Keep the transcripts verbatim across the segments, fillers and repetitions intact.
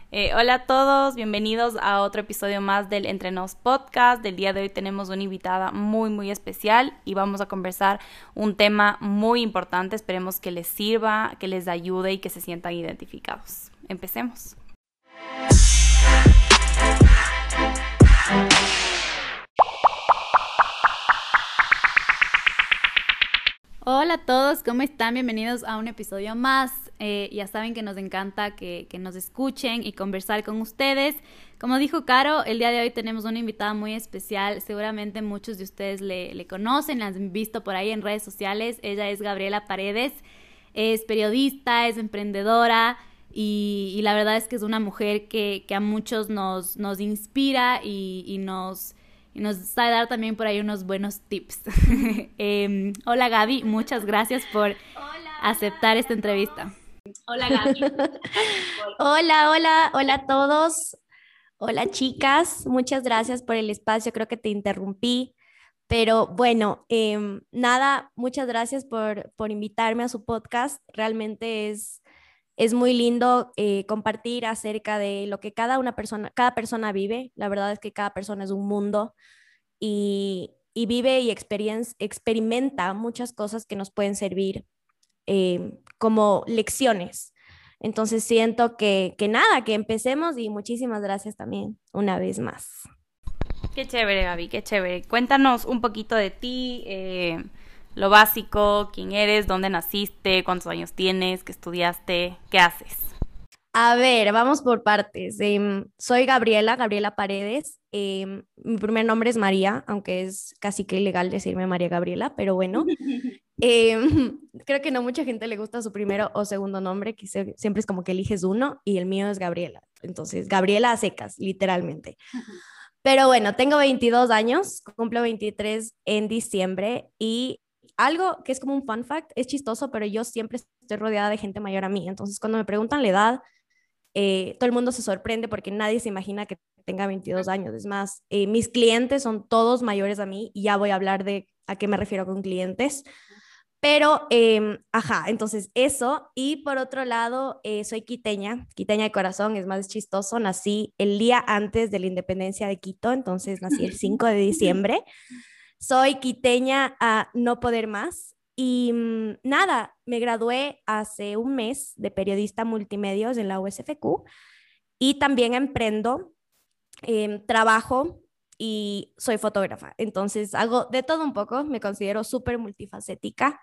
Eh, hola a todos, bienvenidos a otro episodio más del Entre Nos Podcast. Del día de hoy tenemos una invitada muy muy especial y vamos a conversar un tema muy importante. Esperemos que les sirva, que les ayude y que se sientan identificados. Empecemos. Hola a todos, ¿cómo están? Bienvenidos a un episodio más. Eh, ya saben que nos encanta que, que nos escuchen y conversar con ustedes. Como dijo Caro, el día de hoy tenemos una invitada muy especial. Seguramente muchos de ustedes le, le conocen, la han visto por ahí en redes sociales. Ella es Gabriela Paredes, es periodista, es emprendedora y, y la verdad es que es una mujer que, que a muchos nos, nos inspira y, y nos... y nos sabe dar también por ahí unos buenos tips. eh, hola Gaby, muchas gracias por hola, aceptar esta entrevista. Hola Gaby. Hola, hola, hola a todos. Hola chicas, muchas gracias por el espacio, creo que te interrumpí, pero bueno, em, nada, muchas gracias por, por invitarme a su podcast. Realmente es, es muy lindo eh, compartir acerca de lo que cada una persona, cada persona vive. La verdad es que cada persona es un mundo y, y vive y experien- experimenta muchas cosas que nos pueden servir eh, como lecciones. Entonces siento que, que nada, que empecemos y muchísimas gracias también una vez más. Qué chévere Gaby, qué chévere. Cuéntanos un poquito de ti, eh, lo básico, quién eres, dónde naciste, cuántos años tienes, qué estudiaste, qué haces. A ver, vamos por partes. Em, soy Gabriela, Gabriela Paredes. Em, mi primer nombre es María, aunque es casi que ilegal decirme María Gabriela, pero bueno. Em, creo que no mucha gente le gusta su primero o segundo nombre, que se- siempre es como que eliges uno y el mío es Gabriela. Entonces, Gabriela a secas, literalmente. Pero bueno, tengo veintidós años, cumplo veintitrés en diciembre y algo que es como un fun fact, es chistoso, pero yo siempre estoy rodeada de gente mayor a mí. Entonces, cuando me preguntan la edad, eh, todo el mundo se sorprende porque nadie se imagina que tenga veintidós años. Es más, eh, mis clientes son todos mayores a mí y ya voy a hablar de a qué me refiero con clientes. Pero, eh, ajá, entonces eso. Y por otro lado, eh, soy quiteña, quiteña de corazón, es más chistoso. Nací el día antes de la independencia de Quito, entonces nací el cinco de diciembre. Soy quiteña a no poder más. Y mmm, nada, me gradué hace un mes de periodista multimedios en la U S F Q y también emprendo, eh, trabajo y soy fotógrafa. Entonces hago de todo un poco, me considero súper multifacética.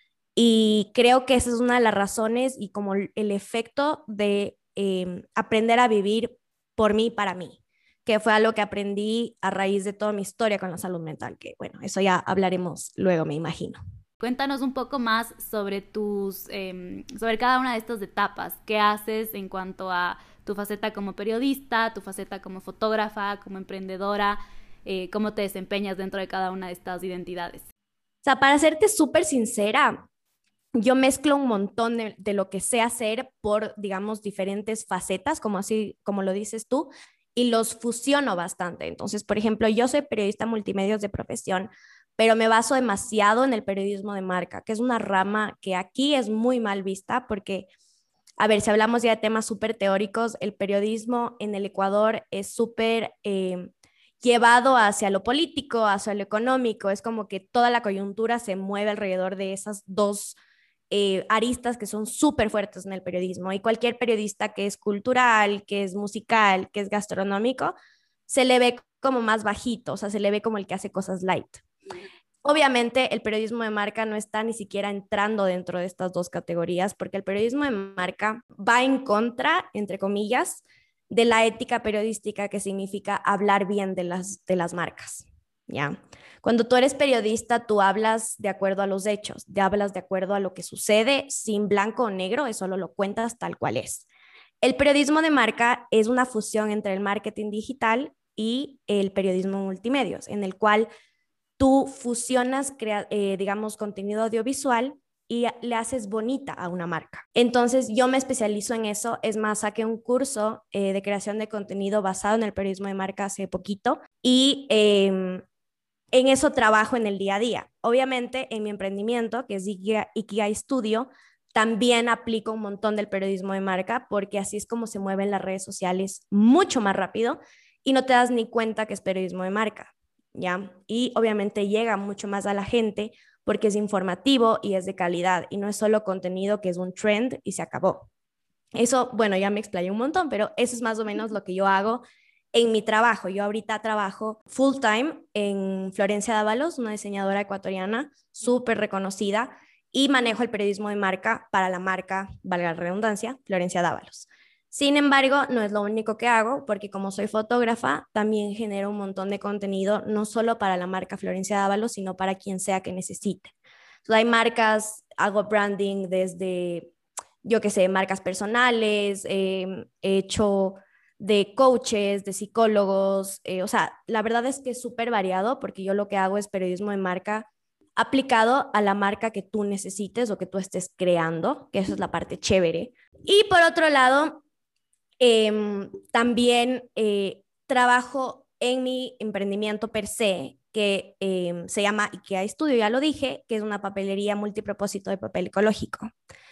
Y creo que esa es una de las razones y como el efecto de eh, aprender a vivir por mí y para mí, que fue algo que aprendí a raíz de toda mi historia con la salud mental, que bueno, eso ya hablaremos luego, me imagino. Cuéntanos un poco más sobre tus, eh, sobre cada una de estas etapas. ¿Qué haces en cuanto a tu faceta como periodista, tu faceta como fotógrafa, como emprendedora? Eh, ¿Cómo te desempeñas dentro de cada una de estas identidades? O sea, para serte súper sincera, yo mezclo un montón de, de lo que sé hacer por, digamos, diferentes facetas, como así, como lo dices tú, y los fusiono bastante. Entonces, por ejemplo, yo soy periodista multimedios de profesión, pero me baso demasiado en el periodismo de marca, que es una rama que aquí es muy mal vista porque, a ver, si hablamos ya de temas súper teóricos, el periodismo en el Ecuador es súper eh, llevado hacia lo político, hacia lo económico. Es como que toda la coyuntura se mueve alrededor de esas dos eh, aristas que son súper fuertes en el periodismo. Y cualquier periodista que es cultural, que es musical, que es gastronómico, se le ve como más bajito, o sea, se le ve como el que hace cosas light. Obviamente el periodismo de marca no está ni siquiera entrando dentro de estas dos categorías porque el periodismo de marca va en contra, entre comillas, de la ética periodística, que significa hablar bien de las, de las marcas. ¿Ya? Cuando tú eres periodista, tú hablas de acuerdo a los hechos, te hablas de acuerdo a lo que sucede, sin blanco o negro, eso solo lo cuentas tal cual es. El periodismo de marca es una fusión entre el marketing digital y el periodismo multimedios, en el cual tú fusionas, crea, eh, digamos, contenido audiovisual y le haces bonita a una marca. Entonces yo me especializo en eso, es más, saqué un curso eh, de creación de contenido basado en el periodismo de marca hace poquito y eh, en eso trabajo en el día a día. Obviamente en mi emprendimiento, que es Ikigai, Ikigai Studio, también aplico un montón del periodismo de marca porque así es como se mueven las redes sociales mucho más rápido y no te das ni cuenta que es periodismo de marca, ¿ya? Y obviamente llega mucho más a la gente porque es informativo y es de calidad y no es solo contenido que es un trend y se acabó. Eso, bueno, ya me explayé un montón, pero eso es más o menos lo que yo hago en mi trabajo. Yo ahorita trabajo full time en Florencia Dávalos, una diseñadora ecuatoriana súper reconocida, y manejo el periodismo de marca para la marca, valga la redundancia, Florencia Dávalos. Sin embargo, no es lo único que hago, porque como soy fotógrafa, también genero un montón de contenido, no solo para la marca Florencia Dávalos, sino para quien sea que necesite. Entonces, hay marcas, hago branding desde, yo qué sé, marcas personales, eh, he hecho de coaches, de psicólogos, eh, o sea, la verdad es que es súper variado porque yo lo que hago es periodismo de marca aplicado a la marca que tú necesites o que tú estés creando, que eso es la parte chévere. Y por otro lado, eh, también eh, trabajo en mi emprendimiento per se, que eh, se llama IKEA Studio, ya lo dije, que es una papelería multipropósito de papel ecológico,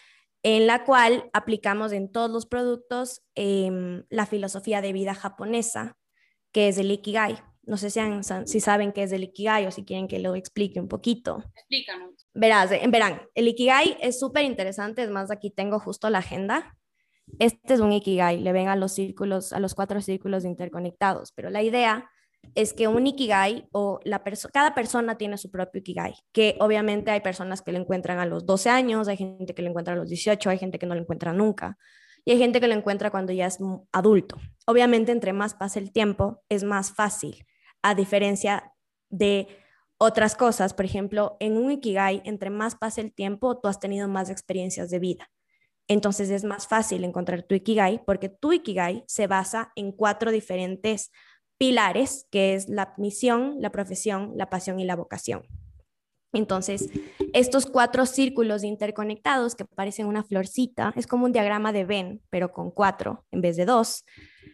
en la cual aplicamos en todos los productos eh, la filosofía de vida japonesa, que es el Ikigai. No sé si, han, si saben qué es el Ikigai o si quieren que lo explique un poquito. Explícanos. Verás, eh, verán, el Ikigai es súper interesante, es más, aquí tengo justo la agenda. Este es un Ikigai, le ven a los círculos, a los cuatro círculos interconectados, pero la idea es que un Ikigai o la perso cada persona tiene su propio Ikigai, que obviamente hay personas que lo encuentran a los doce años, hay gente que lo encuentra a los dieciocho, hay gente que no lo encuentra nunca y hay gente que lo encuentra cuando ya es adulto. Obviamente entre más pasa el tiempo es más fácil, a diferencia de otras cosas. Por ejemplo, en un Ikigai, entre más pasa el tiempo, tú has tenido más experiencias de vida. Entonces es más fácil encontrar tu Ikigai porque tu Ikigai se basa en cuatro diferentes pilares, que es la misión, la profesión, la pasión y la vocación. Entonces, estos cuatro círculos interconectados que parecen una florcita, es como un diagrama de Venn, pero con cuatro en vez de dos,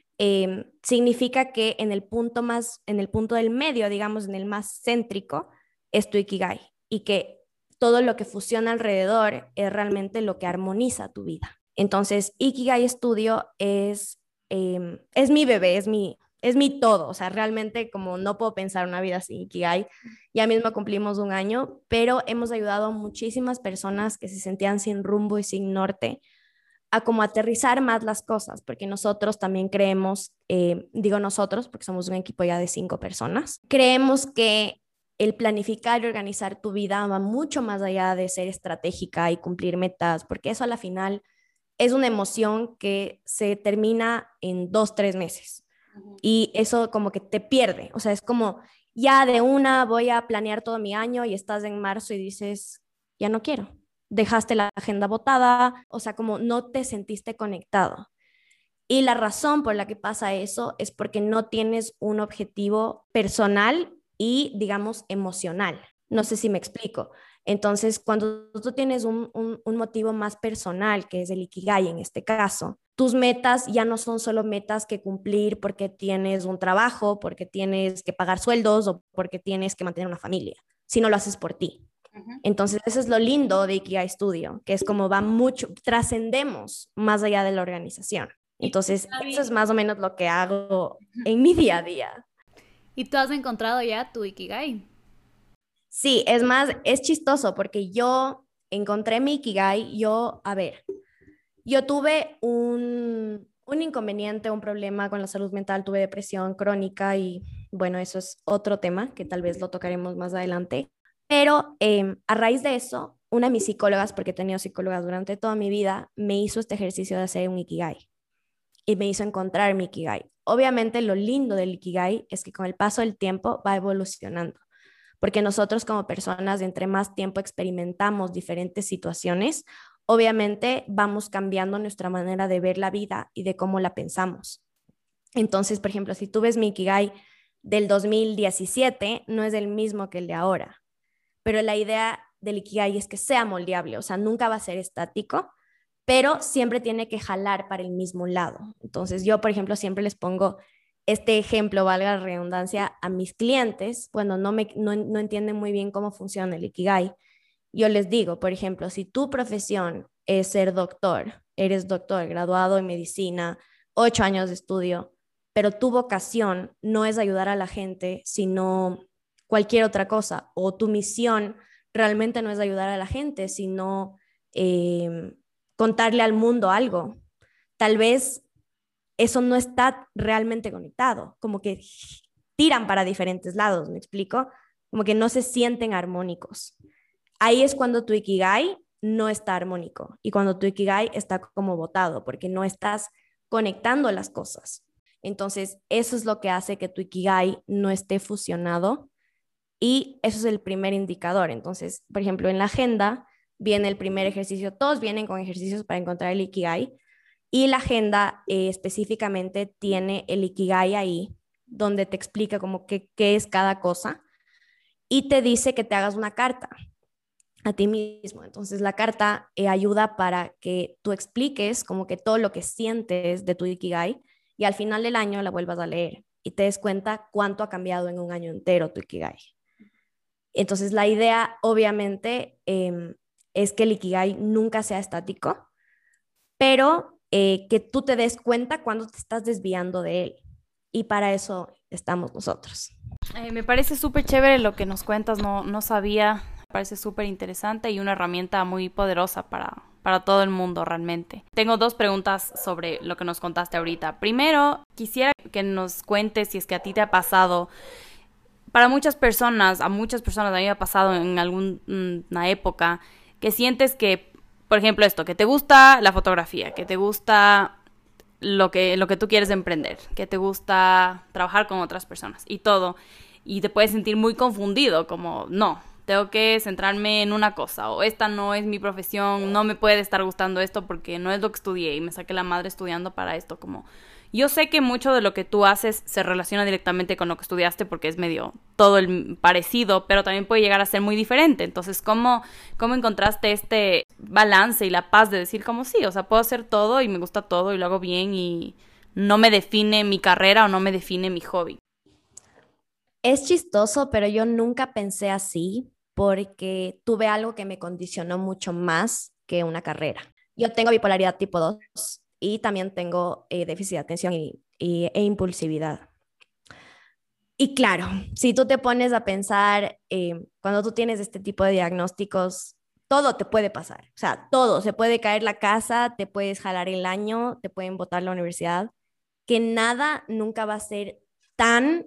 eh, significa que en el punto más, en el punto del medio, digamos, en el más céntrico, es tu Ikigai y que todo lo que fusiona alrededor es realmente lo que armoniza tu vida. Entonces, Ikigai Studio es, eh, es mi bebé, es mi, es mi todo. O sea, realmente como no puedo pensar una vida sin Ikigai. Ya mismo cumplimos un año, pero hemos ayudado a muchísimas personas que se sentían sin rumbo y sin norte a como aterrizar más las cosas, porque nosotros también creemos, eh, digo nosotros, porque somos un equipo ya de cinco personas, creemos que el planificar y organizar tu vida va mucho más allá de ser estratégica y cumplir metas, porque eso a la final es una emoción que se termina en dos, tres meses. Uh-huh. Y eso como que te pierde, o sea, es como ya de una voy a planear todo mi año y estás en marzo y dices, ya no quiero. Dejaste la agenda botada, o sea, como no te sentiste conectado. Y la razón por la que pasa eso es porque no tienes un objetivo personal y, digamos, emocional. No sé si me explico. Entonces, cuando tú tienes un, un, un motivo más personal, que es el Ikigai en este caso, tus metas ya no son solo metas que cumplir porque tienes un trabajo, porque tienes que pagar sueldos o porque tienes que mantener una familia, sino lo haces por ti. Entonces, eso es lo lindo de Ikigai Studio, que es como va mucho, trascendemos más allá de la organización. Entonces, eso es más o menos lo que hago en mi día a día. ¿Y tú has encontrado ya tu Ikigai? Sí, es más, es chistoso porque yo encontré mi Ikigai, yo, a ver, yo tuve un, un inconveniente, un problema con la salud mental, tuve depresión crónica y bueno, eso es otro tema que tal vez lo tocaremos más adelante. Pero eh, a raíz de eso, una de mis psicólogas, porque he tenido psicólogas durante toda mi vida, me hizo este ejercicio de hacer un Ikigai y me hizo encontrar mi Ikigai. Obviamente lo lindo del Ikigai es que con el paso del tiempo va evolucionando, porque nosotros como personas, entre más tiempo experimentamos diferentes situaciones, obviamente vamos cambiando nuestra manera de ver la vida y de cómo la pensamos. Entonces, por ejemplo, si tú ves mi Ikigai del dos mil diecisiete, no es el mismo que el de ahora. Pero la idea del Ikigai es que sea moldeable, o sea, nunca va a ser estático, pero siempre tiene que jalar para el mismo lado. Entonces yo, por ejemplo, siempre les pongo este ejemplo, valga la redundancia, a mis clientes cuando no, me, no, no entienden muy bien cómo funciona el Ikigai. Yo les digo, por ejemplo, si tu profesión es ser doctor. Eres doctor, graduado en medicina, ocho años de estudio, pero tu vocación no es ayudar a la gente, sino cualquier otra cosa. O tu misión realmente no es ayudar a la gente, sino eh, contarle al mundo algo. Tal vez eso no está realmente conectado, como que tiran para diferentes lados, ¿me explico? Como que no se sienten armónicos. Ahí es cuando tu Ikigai no está armónico y cuando tu Ikigai está como botado, porque no estás conectando las cosas. Entonces, eso es lo que hace que tu Ikigai no esté fusionado y eso es el primer indicador. Entonces, por ejemplo, en la agenda viene el primer ejercicio, todos vienen con ejercicios para encontrar el Ikigai y la agenda eh, específicamente tiene el Ikigai ahí, donde te explica como qué, qué es cada cosa y te dice que te hagas una carta a ti mismo. Entonces la carta eh, ayuda para que tú expliques como que todo lo que sientes de tu Ikigai y al final del año la vuelvas a leer y te des cuenta cuánto ha cambiado en un año entero tu Ikigai. Entonces la idea obviamente eh, es que el Ikigai nunca sea estático, pero eh, que tú te des cuenta cuando te estás desviando de él. Y para eso estamos nosotros. Eh, me parece súper chévere lo que nos cuentas, no, no sabía, me parece súper interesante y una herramienta muy poderosa para, para todo el mundo realmente. Tengo dos preguntas sobre lo que nos contaste ahorita. Primero, quisiera que nos cuentes si es que a ti te ha pasado, para muchas personas, a muchas personas a mí me ha pasado en alguna época, que sientes que, por ejemplo esto, que te gusta la fotografía, que te gusta lo que, lo que tú quieres emprender, que te gusta trabajar con otras personas y todo, y te puedes sentir muy confundido, como, no, tengo que centrarme en una cosa, o esta no es mi profesión, no me puede estar gustando esto porque no es lo que estudié y me saqué la madre estudiando para esto, como, yo sé que mucho de lo que tú haces se relaciona directamente con lo que estudiaste porque es medio todo el parecido, pero también puede llegar a ser muy diferente. Entonces, ¿cómo, cómo encontraste este balance y la paz de decir como sí, o sea, puedo hacer todo y me gusta todo y lo hago bien y no me define mi carrera o no me define mi hobby? Es chistoso, pero yo nunca pensé así porque tuve algo que me condicionó mucho más que una carrera. Yo tengo bipolaridad tipo dos y también tengo eh, déficit de atención y, y, e impulsividad. Y claro, si tú te pones a pensar, eh, cuando tú tienes este tipo de diagnósticos, todo te puede pasar. O sea, todo. Se puede caer la casa, te puedes jalar el año, te pueden botar la universidad, que nada nunca va a ser tan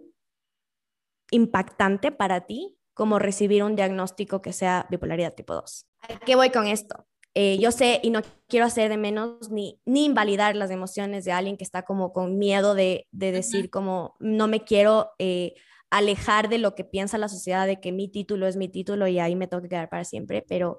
impactante para ti como recibir un diagnóstico que sea bipolaridad tipo dos. ¿A qué voy con esto? Eh, yo sé y no quiero hacer de menos ni, ni invalidar las emociones de alguien que está como con miedo de, de decir como no me quiero eh, alejar de lo que piensa la sociedad de que mi título es mi título y ahí me tengo que quedar para siempre, pero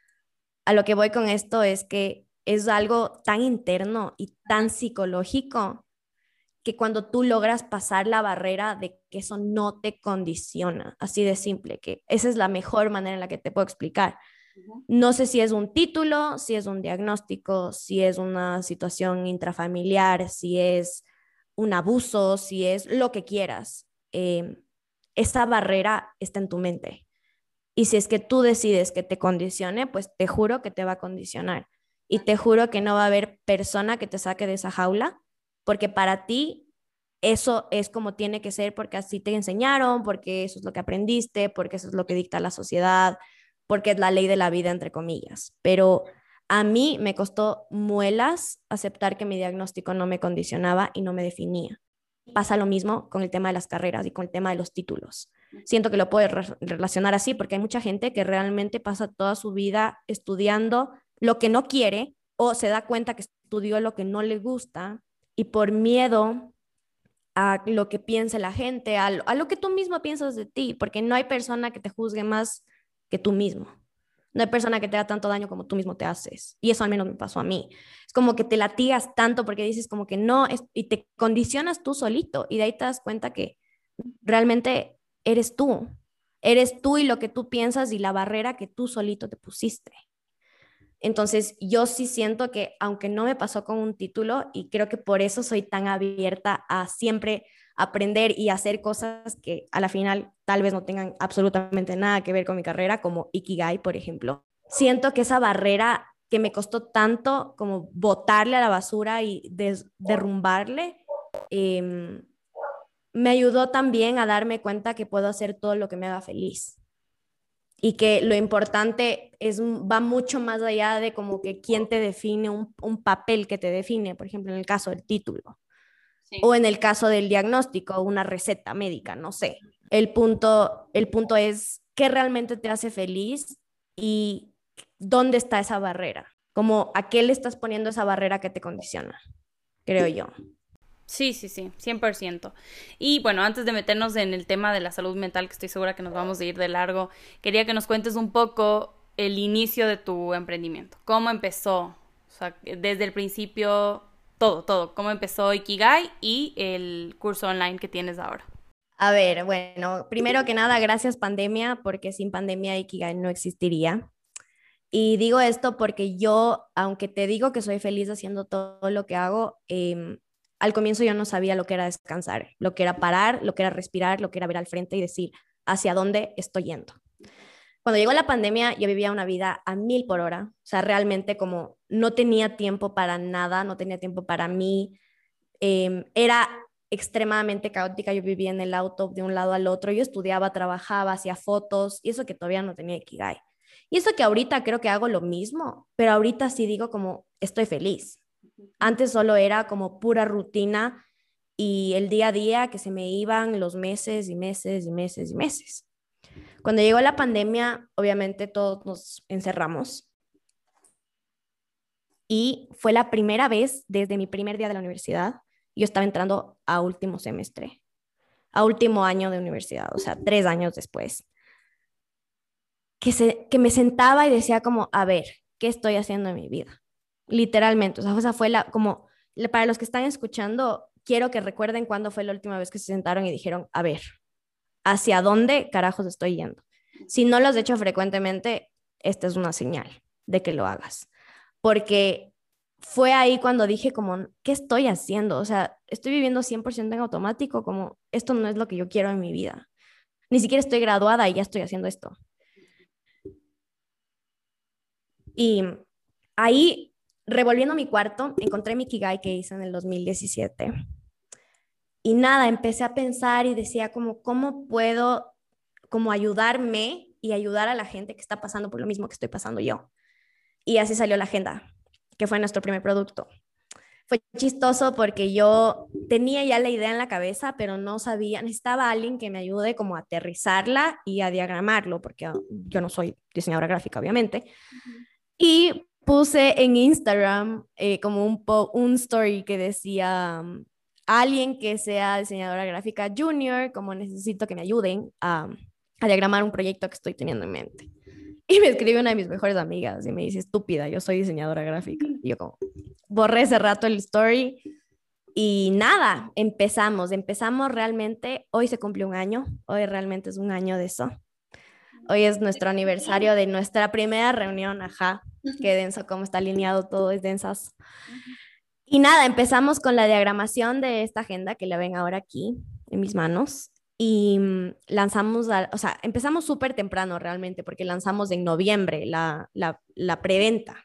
a lo que voy con esto es que es algo tan interno y tan psicológico que cuando tú logras pasar la barrera de que eso no te condiciona, así de simple, que esa es la mejor manera en la que te puedo explicar. No sé si es un título, si es un diagnóstico, si es una situación intrafamiliar, si es un abuso, si es lo que quieras. Eh, esa barrera está en tu mente. Y si es que tú decides que te condicione, pues te juro que te va a condicionar. Y te juro que no va a haber persona que te saque de esa jaula, porque para ti eso es como tiene que ser, porque así te enseñaron, porque eso es lo que aprendiste, porque eso es lo que dicta la sociedad, porque es la ley de la vida, entre comillas. Pero a mí me costó muelas aceptar que mi diagnóstico no me condicionaba y no me definía. Pasa lo mismo con el tema de las carreras y con el tema de los títulos. Siento que lo puedo re- relacionar así porque hay mucha gente que realmente pasa toda su vida estudiando lo que no quiere o se da cuenta que estudió lo que no le gusta y por miedo a lo que piense la gente, a lo, a lo que tú mismo piensas de ti, porque no hay persona que te juzgue más que tú mismo. No hay persona que te haga tanto daño como tú mismo te haces. Y eso al menos me pasó a mí. Es como que te latigas tanto porque dices como que no, es, y te condicionas tú solito. Y de ahí te das cuenta que realmente eres tú. Eres tú y lo que tú piensas y la barrera que tú solito te pusiste. Entonces, yo sí siento que, aunque no me pasó con un título, y creo que por eso soy tan abierta a siempre aprender y hacer cosas que a la final tal vez no tengan absolutamente nada que ver con mi carrera, como Ikigai, por ejemplo. Siento que esa barrera que me costó tanto como botarle a la basura y des- derrumbarle, em, me ayudó también a darme cuenta que puedo hacer todo lo que me haga feliz y que lo importante es, va mucho más allá de como que quién te define, un, un papel que te define, por ejemplo, en el caso del título, o Sí. en el caso del diagnóstico, una receta médica, no sé. El punto, el punto es qué realmente te hace feliz y dónde está esa barrera, como a qué le estás poniendo esa barrera que te condiciona, creo yo. Sí, sí, sí, cien por ciento. Y bueno, antes de meternos en el tema de la salud mental, que estoy segura que nos vamos a ir de largo, quería que nos cuentes un poco el inicio de tu emprendimiento. ¿Cómo empezó? O sea, desde el principio, todo, todo. ¿Cómo empezó Ikigai y el curso online que tienes ahora? A ver, bueno, primero que nada, gracias pandemia, porque sin pandemia Ikigai no existiría. Y digo esto porque yo, aunque te digo que soy feliz haciendo todo lo que hago, eh, al comienzo yo no sabía lo que era descansar, lo que era parar, lo que era respirar, lo que era ver al frente y decir hacia dónde estoy yendo. Cuando llegó la pandemia, yo vivía una vida a mil por hora, o sea, realmente como no tenía tiempo para nada, no tenía tiempo para mí, eh, era extremadamente caótica, yo vivía en el auto de un lado al otro, yo estudiaba, trabajaba, hacía fotos, y eso que todavía no tenía Ikigai. Y eso que ahorita creo que hago lo mismo, pero ahorita sí digo como estoy feliz. Antes solo era como pura rutina y el día a día que se me iban los meses y meses y meses y meses. Cuando llegó la pandemia, obviamente todos nos encerramos y fue la primera vez desde mi primer día de la universidad, yo estaba entrando a último semestre, a último año de universidad, o sea, tres años después, que, se, que me sentaba y decía como, a ver, ¿qué estoy haciendo en mi vida? Literalmente, o sea, esa fue la, como, para los que están escuchando, quiero que recuerden cuándo fue la última vez que se sentaron y dijeron, a ver, ¿hacia dónde carajos estoy yendo? Si no lo has hecho frecuentemente, esta es una señal de que lo hagas. Porque fue ahí cuando dije como, ¿qué estoy haciendo? O sea, estoy viviendo cien por ciento en automático, como esto no es lo que yo quiero en mi vida. Ni siquiera estoy graduada y ya estoy haciendo esto. Y ahí, revolviendo mi cuarto, encontré mi Kigai que hice en el dos mil diecisiete. Y nada, empecé a pensar y decía como, ¿cómo puedo como ayudarme y ayudar a la gente que está pasando por lo mismo que estoy pasando yo? Y así salió la agenda, que fue nuestro primer producto. Fue chistoso porque yo tenía ya la idea en la cabeza, pero no sabía, necesitaba a alguien que me ayude como a aterrizarla y a diagramarlo, porque yo no soy diseñadora gráfica, obviamente. Y puse en Instagram eh, como un, po un story que decía, um, alguien que sea diseñadora gráfica junior, como necesito que me ayuden a, a diagramar un proyecto que estoy teniendo en mente. Y me escribe una de mis mejores amigas y me dice, estúpida, yo soy diseñadora gráfica. Y yo como, borré ese rato el story y nada, empezamos, empezamos realmente, hoy se cumplió un año, hoy realmente es un año de eso. Hoy es nuestro aniversario de nuestra primera reunión, ajá, qué denso cómo está alineado todo, es densas. Y nada, empezamos con la diagramación de esta agenda que la ven ahora aquí en mis manos y mm, lanzamos, a- o sea, empezamos súper temprano realmente porque lanzamos en noviembre la, la, la preventa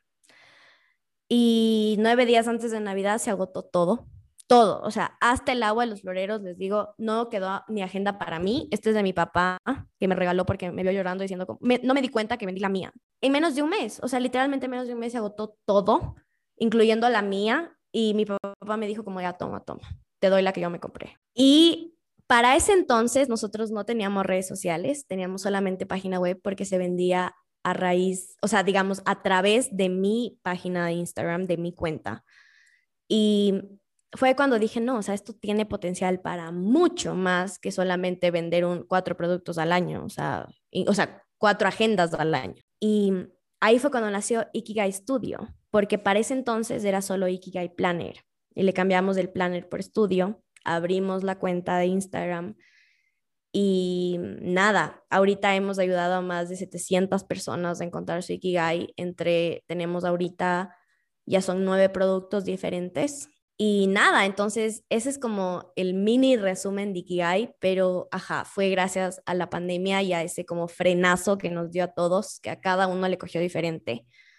y nueve días antes de Navidad se agotó todo, todo, o sea, hasta el agua de los floreros, les digo, no quedó mi agenda para mí, este es de mi papá que me regaló porque me vio llorando diciendo, como- me- no me di cuenta que vendí la mía. En menos de un mes, o sea, literalmente en menos de un mes se agotó todo, incluyendo la mía, y mi papá me dijo como, ya, toma, toma, te doy la que yo me compré. Y para ese entonces nosotros no teníamos redes sociales, teníamos solamente página web porque se vendía a raíz, o sea, digamos, a través de mi página de Instagram, de mi cuenta. Y fue cuando dije, no, o sea, esto tiene potencial para mucho más que solamente vender un, cuatro productos al año, o sea, y, o sea, cuatro agendas al año. Y ahí fue cuando nació Ikigai Studio, porque para ese entonces era solo Ikigai Planner. Y le cambiamos el planner por estudio, abrimos la cuenta de Instagram y nada, ahorita hemos ayudado a más de setecientas personas a encontrar su Ikigai. Entre, tenemos ahorita, ya son nueve productos diferentes. Y nada, entonces ese es como el mini resumen de Ikigai, pero ajá, fue gracias a la pandemia y a ese como frenazo que nos dio a todos, que a cada uno le cogió diferente.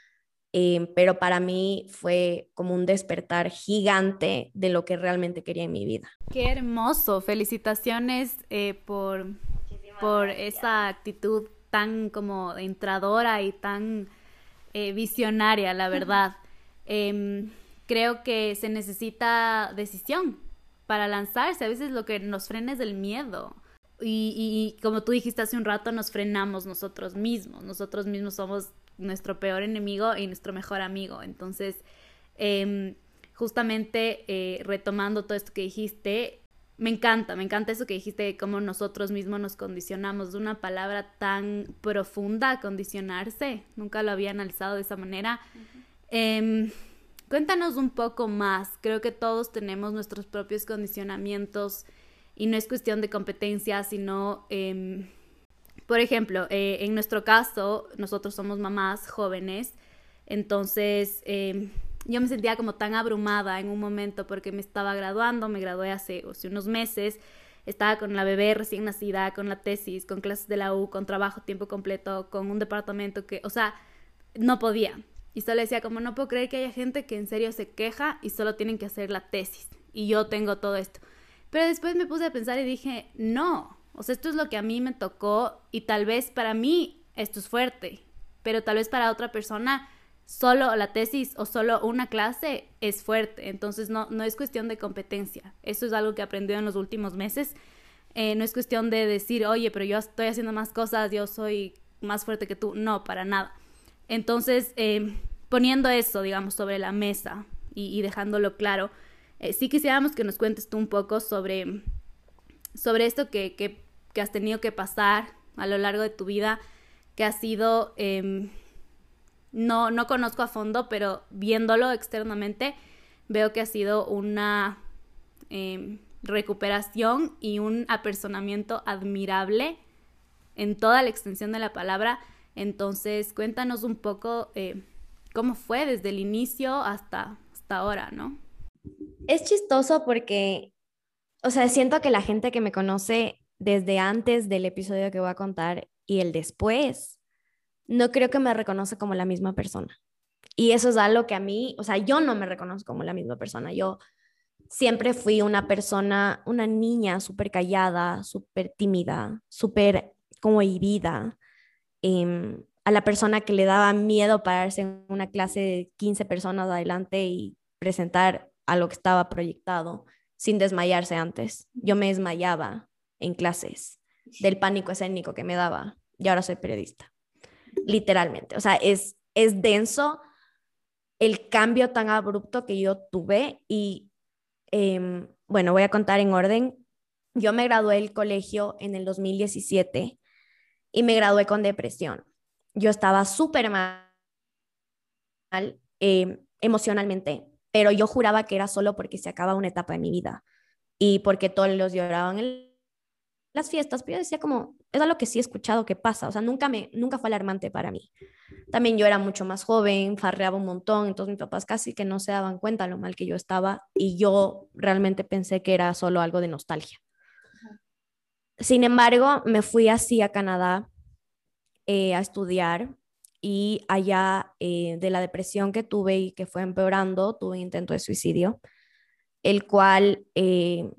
eh, pero para mí fue como un despertar gigante de lo que realmente quería en mi vida. Qué hermoso. Felicitaciones eh, por, por esa actitud tan como entradora y tan eh, visionaria, la verdad. Eh, creo que se necesita decisión para lanzarse. A veces lo que nos frena es el miedo. Y, y, y como tú dijiste hace un rato, nos frenamos nosotros mismos. Nosotros mismos somos nuestro peor enemigo y nuestro mejor amigo. Entonces, eh, justamente eh, retomando todo esto que dijiste, me encanta, me encanta eso que dijiste de cómo nosotros mismos nos condicionamos. Es una palabra tan profunda, condicionarse. Nunca lo había analizado de esa manera. Uh-huh. Eh, cuéntanos un poco más. Creo que todos tenemos nuestros propios condicionamientos y no es cuestión de competencia, sino, eh, por ejemplo, eh, en nuestro caso, nosotros somos mamás jóvenes, entonces eh, yo me sentía como tan abrumada en un momento porque me estaba graduando, me gradué hace, hace unos meses, estaba con la bebé recién nacida, con la tesis, con clases de la U, con trabajo tiempo completo, con un departamento que, o sea, no podía. Y solo decía como, no puedo creer que haya gente que en serio se queja y solo tienen que hacer la tesis. Y yo tengo todo esto. Pero después me puse a pensar y dije, no, o sea, esto es lo que a mí me tocó y tal vez para mí esto es fuerte, pero tal vez para otra persona solo la tesis o solo una clase es fuerte. Entonces no, no es cuestión de competencia. Eso es algo que he aprendido en los últimos meses. Eh, no es cuestión de decir, oye, pero yo estoy haciendo más cosas, yo soy más fuerte que tú. No, para nada. Entonces, eh, poniendo eso, digamos, sobre la mesa y, y dejándolo claro, Eh, sí quisiéramos que nos cuentes tú un poco sobre, sobre esto que, que, que has tenido que pasar a lo largo de tu vida, que ha sido, eh, no, no conozco a fondo, pero viéndolo externamente, veo que ha sido una eh, recuperación y un apersonamiento admirable en toda la extensión de la palabra. Entonces, cuéntanos un poco eh, cómo fue desde el inicio hasta, hasta ahora, ¿no? Es chistoso porque, o sea, siento que la gente que me conoce desde antes del episodio que voy a contar y el después, no creo que me reconoce como la misma persona. Y eso es algo que a mí, o sea, yo no me reconozco como la misma persona. Yo siempre fui una persona, una niña súper callada, súper tímida, súper como inhibida. Eh, a la persona que le daba miedo pararse en una clase de quince personas adelante y presentar a lo que estaba proyectado sin desmayarse antes. Yo me desmayaba en clases del pánico escénico que me daba y ahora soy periodista, literalmente. O sea, es, es denso el cambio tan abrupto que yo tuve y eh, bueno, voy a contar en orden. Yo me gradué del colegio en el dos mil diecisiete y me gradué con depresión. Yo estaba súper mal eh, emocionalmente, pero yo juraba que era solo porque se acaba una etapa de mi vida y porque todos los lloraban en las fiestas, pero yo decía como, es algo que sí he escuchado que pasa, o sea, nunca, me, nunca fue alarmante para mí. También yo era mucho más joven, farreaba un montón, entonces mis papás casi que no se daban cuenta lo mal que yo estaba y yo realmente pensé que era solo algo de nostalgia. Sin embargo, me fui así a Canadá eh, a estudiar y allá eh, de la depresión que tuve y que fue empeorando, tuve un intento de suicidio, el cual, eh,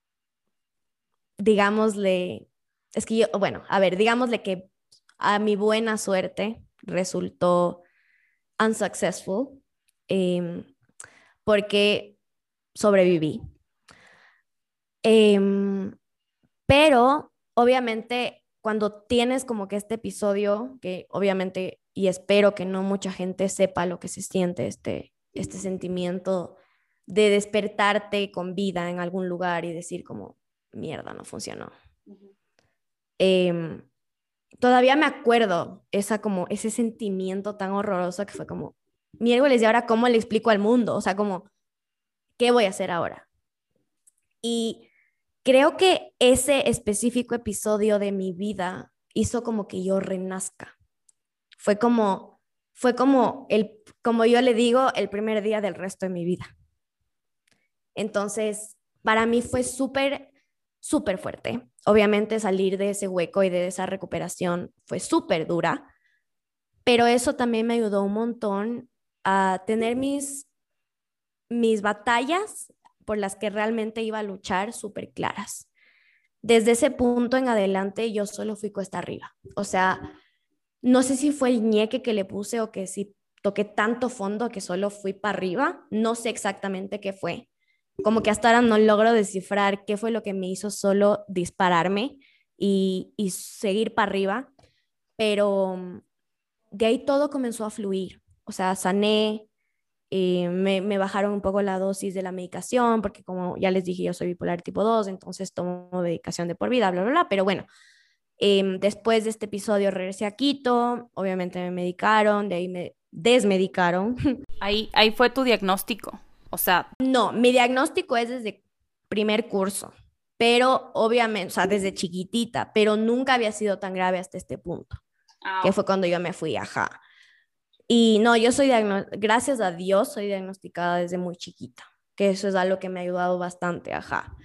digámosle, es que yo, bueno, a ver, digámosle que a mi buena suerte resultó unsuccessful eh, porque sobreviví. Eh, pero obviamente cuando tienes como que este episodio, que obviamente y espero que no mucha gente sepa lo que se siente, este, este sentimiento de despertarte con vida en algún lugar y decir como, mierda, no funcionó. Uh-huh. Eh, todavía me acuerdo esa como, ese sentimiento tan horroroso que fue como, miércoles, ¿y ahora cómo le explico al mundo? O sea, como, ¿qué voy a hacer ahora? Y creo que ese específico episodio de mi vida hizo como que yo renazca. Fue como, fue como, el, como yo le digo, el primer día del resto de mi vida. Entonces, para mí fue súper, súper fuerte. Obviamente salir de ese hueco y de esa recuperación fue súper dura, pero eso también me ayudó un montón a tener mis, mis batallas por las que realmente iba a luchar súper claras. Desde ese punto en adelante yo solo fui cuesta arriba. O sea, no sé si fue el ñeque que le puse o que si toqué tanto fondo que solo fui para arriba. No sé exactamente qué fue. Como que hasta ahora no logro descifrar qué fue lo que me hizo solo dispararme y, y seguir para arriba. Pero mm, de ahí todo comenzó a fluir. O sea, sané, eh, me, me bajaron un poco la dosis de la medicación, porque como ya les dije, yo soy bipolar tipo dos, entonces tomo medicación de por vida, bla, bla, bla. Pero bueno, eh, después de este episodio regresé a Quito, obviamente me medicaron, de ahí me desmedicaron. Ahí, ahí fue tu diagnóstico. O sea, No, mi diagnóstico es desde primer curso, pero obviamente, o sea, desde chiquitita, pero nunca había sido tan grave hasta este punto, que fue cuando yo me fui, ajá. Y no, yo soy, diagno- gracias a Dios, soy diagnosticada desde muy chiquita, que eso es algo que me ha ayudado bastante, ajá.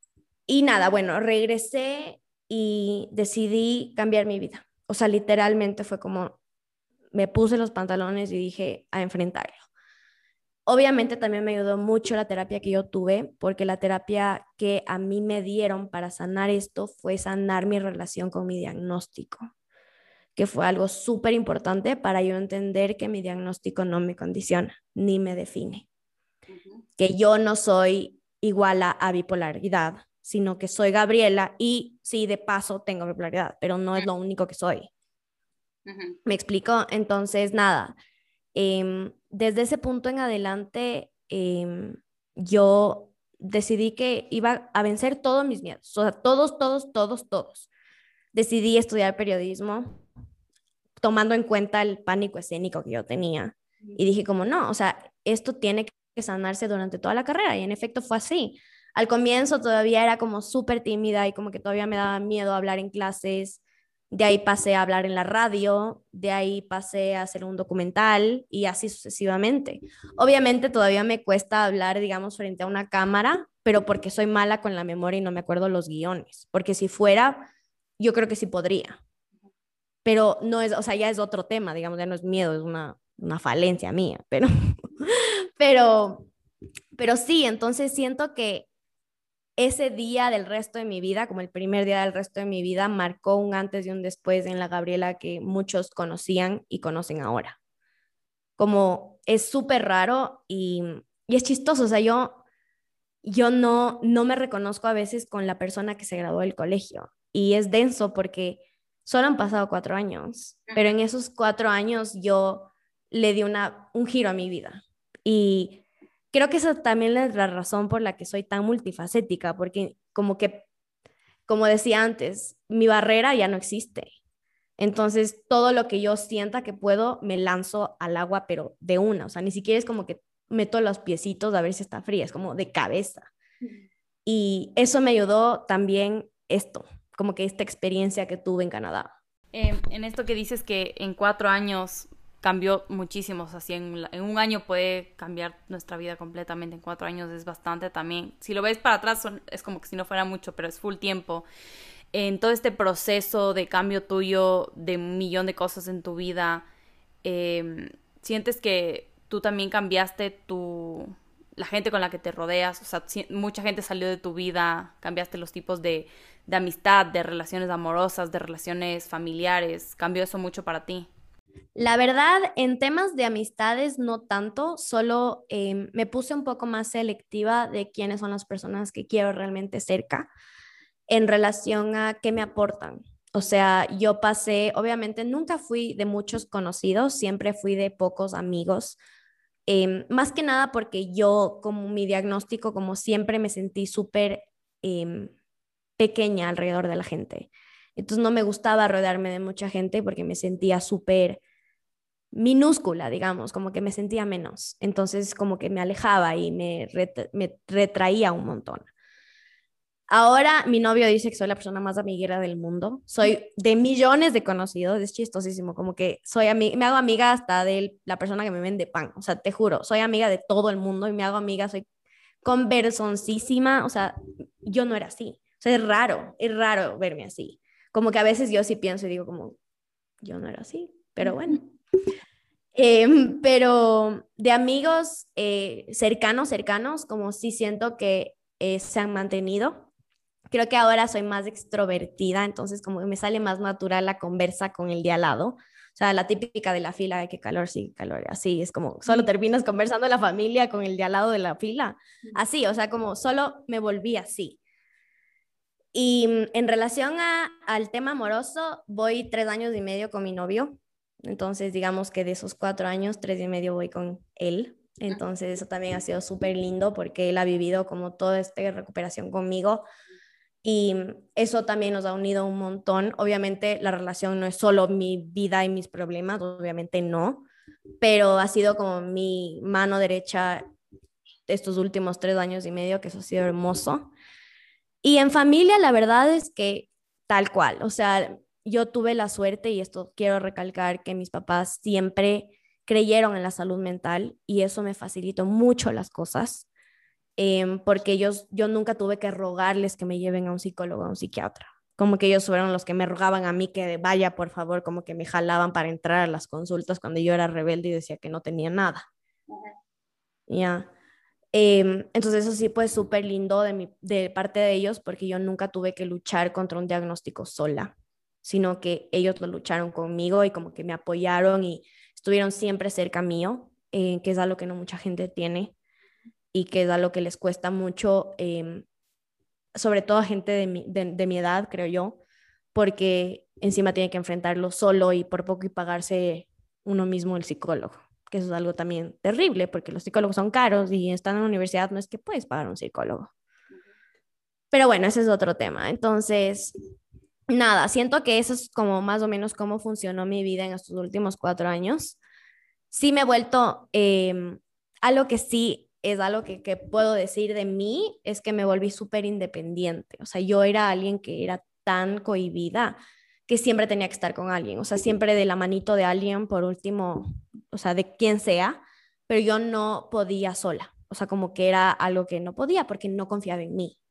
Y nada, bueno, regresé y decidí cambiar mi vida. O sea, literalmente fue como me puse los pantalones y dije a enfrentarlo. Obviamente también me ayudó mucho la terapia que yo tuve, porque la terapia que a mí me dieron para sanar esto fue sanar mi relación con mi diagnóstico, que fue algo súper importante para yo entender que mi diagnóstico no me condiciona ni me define, uh-huh. que yo no soy igual a, a bipolaridad, sino que soy Gabriela y sí, de paso tengo bipolaridad, pero no es lo único que soy. Uh-huh. ¿Me explico? Entonces, nada, eh, desde ese punto en adelante, eh, yo decidí que iba a vencer todos mis miedos, o sea, todos, todos, todos, todos. Decidí estudiar periodismo tomando en cuenta el pánico escénico que yo tenía. Y dije como, no, o sea, esto tiene que sanarse durante toda la carrera. Y en efecto fue así. Al comienzo todavía era como súper tímida y como que todavía me daba miedo hablar en clases. De ahí pasé a hablar en la radio, de ahí pasé a hacer un documental y así sucesivamente. Obviamente todavía me cuesta hablar, digamos, frente a una cámara, pero porque soy mala con la memoria y no me acuerdo los guiones. Porque si fuera, yo creo que sí podría, pero no es, o sea, ya es otro tema, digamos, ya no es miedo, es una, una falencia mía, pero, pero, pero sí, entonces siento que ese día del resto de mi vida, como el primer día del resto de mi vida, marcó un antes y un después en la Gabriela que muchos conocían y conocen ahora. Como es súper raro y, y es chistoso, o sea, yo, yo no, no me reconozco a veces con la persona que se graduó del colegio y es denso porque solo han pasado cuatro años, pero en esos cuatro años yo le di una, un giro a mi vida y creo que esa también es la razón por la que soy tan multifacética, porque como que, como decía antes, mi barrera ya no existe. Entonces, todo lo que yo sienta que puedo, me lanzo al agua, pero de una. O sea, ni siquiera es como que meto los piecitos a ver si está fría, es como de cabeza. Y eso me ayudó también esto, como que esta experiencia que tuve en Canadá. Eh, en esto que dices que en cuatro años cambió muchísimo, o sea, si en, en un año puede cambiar nuestra vida completamente, en cuatro años es bastante también. Si lo ves para atrás son, es como que si no fuera mucho, pero es full tiempo. En todo este proceso de cambio tuyo, de un millón de cosas en tu vida, eh, ¿sientes que tú también cambiaste tu, la gente con la que te rodeas? O sea, si, mucha gente salió de tu vida, cambiaste los tipos de, de amistad, de relaciones amorosas, de relaciones familiares. ¿Cambió eso mucho para ti? La verdad, en temas de amistades no tanto, solo eh, me puse un poco más selectiva de quiénes son las personas que quiero realmente cerca en relación a qué me aportan. O sea, yo pasé, obviamente nunca fui de muchos conocidos, siempre fui de pocos amigos, eh, más que nada porque yo, como mi diagnóstico, como siempre me sentí súper eh, pequeña alrededor de la gente. Entonces no me gustaba rodearme de mucha gente porque me sentía súper minúscula, digamos, como que me sentía menos. Entonces como que me alejaba y me, ret me retraía un montón. Ahora mi novio dice que soy la persona más amiguera del mundo. Soy de millones de conocidos, es chistosísimo, como que soy ami me hago amiga hasta de la persona que me vende pan, o sea, te juro, soy amiga de todo el mundo y me hago amiga, soy conversoncísima, o sea, yo no era así. O sea, es raro, es raro verme así. Como que a veces yo sí pienso y digo como, yo no era así, pero bueno. Em, pero de amigos eh, cercanos, cercanos, como sí siento que eh, se han mantenido. Creo que ahora soy más extrovertida, entonces como que me sale más natural la conversa con el de al lado. O sea, la típica de la fila, de que calor, sí, calor, así es como solo terminas conversando la familia con el de al lado de la fila. Así, o sea, como solo me volví así. Y mm, en relación a, al tema amoroso, voy tres años y medio con mi novio. Entonces, digamos que de esos cuatro años, tres y medio voy con él. Entonces, eso también ha sido súper lindo porque él ha vivido como toda esta recuperación conmigo y mm, eso también nos ha unido un montón. Obviamente, la relación no es solo mi vida y mis problemas, obviamente no, pero ha sido como mi mano derecha estos últimos tres años y medio, que eso ha sido hermoso. Y en familia, la verdad es que tal cual, o sea, yo tuve la suerte, y esto quiero recalcar, que mis papás siempre creyeron en la salud mental y eso me facilitó mucho las cosas, eh, porque ellos, yo nunca tuve que rogarles que me lleven a un psicólogo, a un psiquiatra. Como que ellos fueron los que me rogaban a mí que vaya, por favor, como que me jalaban para entrar a las consultas cuando yo era rebelde y decía que no tenía nada. Ya. Eh, entonces eso sí, pues súper lindo de, mi, de parte de ellos, porque yo nunca tuve que luchar contra un diagnóstico sola, sino que ellos lo lucharon conmigo y como que me apoyaron y estuvieron siempre cerca mío, eh, que es algo que no mucha gente tiene y que es algo que les cuesta mucho, eh, sobre todo a gente de mi, de, de mi edad, creo yo, porque encima tiene que enfrentarlo solo y por poco y pagarse uno mismo el psicólogo, que eso es algo también terrible, porque los psicólogos son caros y estando en la universidad no es que puedes pagar un psicólogo. Pero bueno, ese es otro tema. Entonces, nada, siento que eso es como más o menos cómo funcionó mi vida en estos últimos cuatro años. Sí me he vuelto, eh, algo que sí es algo que, que puedo decir de mí, es que me volví súper independiente. O sea, yo era alguien que era tan cohibida que siempre tenía que estar con alguien. O sea, siempre de la manito de alguien, por último, o sea, de quien sea, pero yo no podía sola. O sea, como que era algo que no podía porque no confiaba en mí.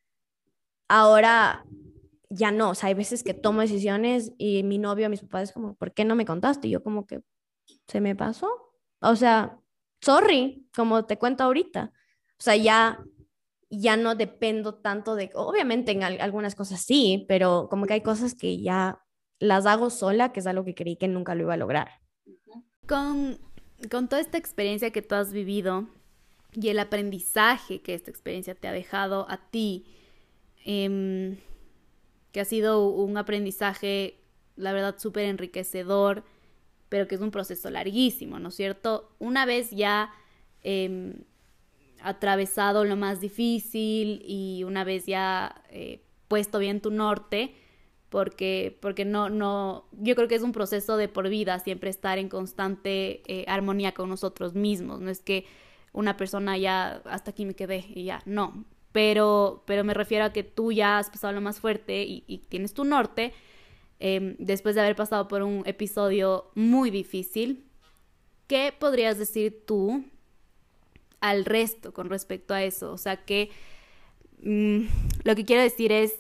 Ahora ya no, o sea, hay veces que tomo decisiones y mi novio, mis papás es como, ¿por qué no me contaste? Y yo como que, ¿se me pasó? O sea, sorry, como te cuento ahorita. O sea, ya, ya no dependo tanto de, obviamente en al- algunas cosas sí, pero como que hay cosas que ya las hago sola, que es algo que creí que nunca lo iba a lograr. Con, con toda esta experiencia que tú has vivido y el aprendizaje que esta experiencia te ha dejado a ti, eh, que ha sido un aprendizaje, la verdad, súper enriquecedor, pero que es un proceso larguísimo, ¿no es cierto? Una vez ya eh, atravesado lo más difícil y una vez ya eh, puesto bien tu norte, porque, porque no, no, yo creo que es un proceso de por vida, siempre estar en constante eh, armonía con nosotros mismos, no es que una persona ya hasta aquí me quedé y ya, no, pero, pero me refiero a que tú ya has pasado lo más fuerte y, y tienes tu norte, eh, después de haber pasado por un episodio muy difícil. ¿Qué podrías decir tú al resto con respecto a eso? O sea, que mmm, lo que quiero decir es,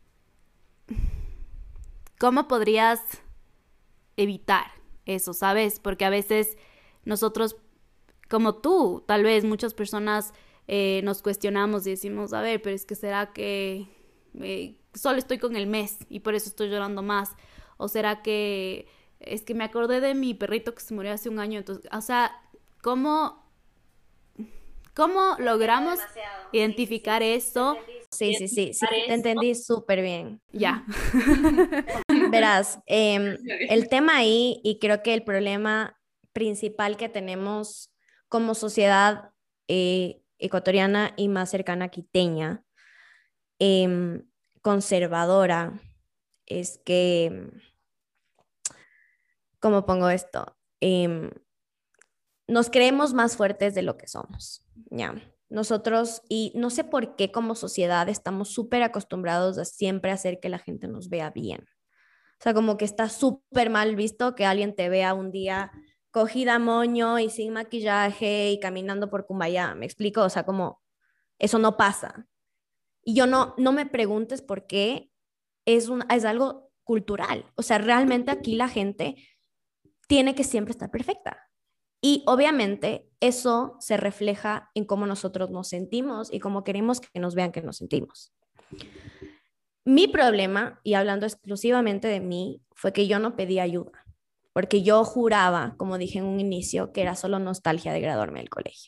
¿cómo podrías evitar eso, sabes? Porque a veces nosotros, como tú, tal vez muchas personas eh, nos cuestionamos y decimos, a ver, pero es que será que eh, solo estoy con el mes y por eso estoy llorando más. O será que es que me acordé de mi perrito que se murió hace un año. Entonces, o sea, ¿cómo, cómo logramos identificar eso? Sí, sí, sí, sí, te entendí súper bien. Ya. Verás, em, el tema ahí, y creo que el problema principal que tenemos como sociedad eh, ecuatoriana y más cercana a quiteña, em, conservadora, es que, ¿cómo pongo esto? Em, nos creemos más fuertes de lo que somos, ¿ya? Nosotros, y no sé por qué como sociedad estamos súper acostumbrados a siempre hacer que la gente nos vea bien. O sea, como que está súper mal visto que alguien te vea un día cogida a moño y sin maquillaje y caminando por Cumbayá, ¿me explico? O sea, como eso no pasa. Y yo no, no me preguntes por qué, es, un, es algo cultural. O sea, realmente aquí la gente tiene que siempre estar perfecta. Y obviamente eso se refleja en cómo nosotros nos sentimos y cómo queremos que nos vean que nos sentimos. Mi problema, y hablando exclusivamente de mí, fue que yo no pedí ayuda, porque yo juraba, como dije en un inicio, que era solo nostalgia de graduarme del colegio.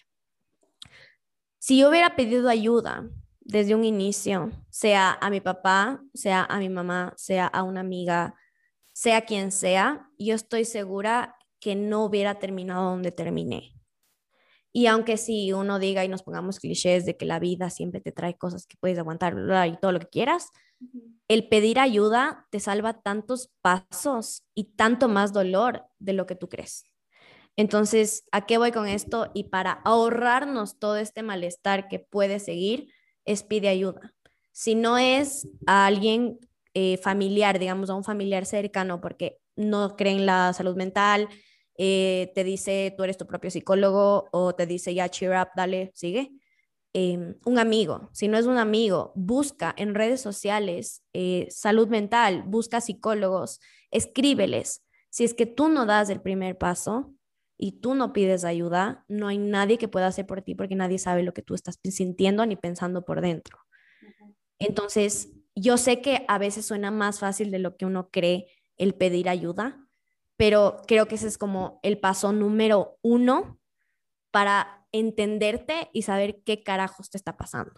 Si yo hubiera pedido ayuda desde un inicio, sea a mi papá, sea a mi mamá, sea a una amiga, sea quien sea, yo estoy segura que no hubiera terminado donde terminé. Y aunque si uno diga y nos pongamos clichés de que la vida siempre te trae cosas que puedes aguantar, bla, bla, y todo lo que quieras, uh-huh. El pedir ayuda te salva tantos pasos y tanto más dolor de lo que tú crees. Entonces, ¿a qué voy con esto? Y para ahorrarnos todo este malestar que puede seguir, es pide ayuda. Si no es a alguien eh, familiar, digamos, a un familiar cercano, porque no cree en la salud mental, eh, te dice, tú eres tu propio psicólogo, o te dice, ya, cheer up, dale, sigue. Eh, un amigo, si no es un amigo, busca en redes sociales eh, salud mental, busca psicólogos, escríbeles. Si es que tú no das el primer paso y tú no pides ayuda, no hay nadie que pueda hacer por ti porque nadie sabe lo que tú estás sintiendo ni pensando por dentro. Uh-huh. Entonces, yo sé que a veces suena más fácil de lo que uno cree el pedir ayuda, pero creo que ese es como el paso número uno para entenderte y saber qué carajos te está pasando.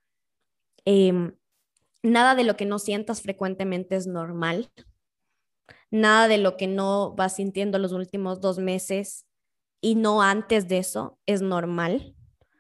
Eh, nada de lo que no sientas frecuentemente es normal. Nada de lo que no vas sintiendo los últimos dos meses y no antes de eso es normal.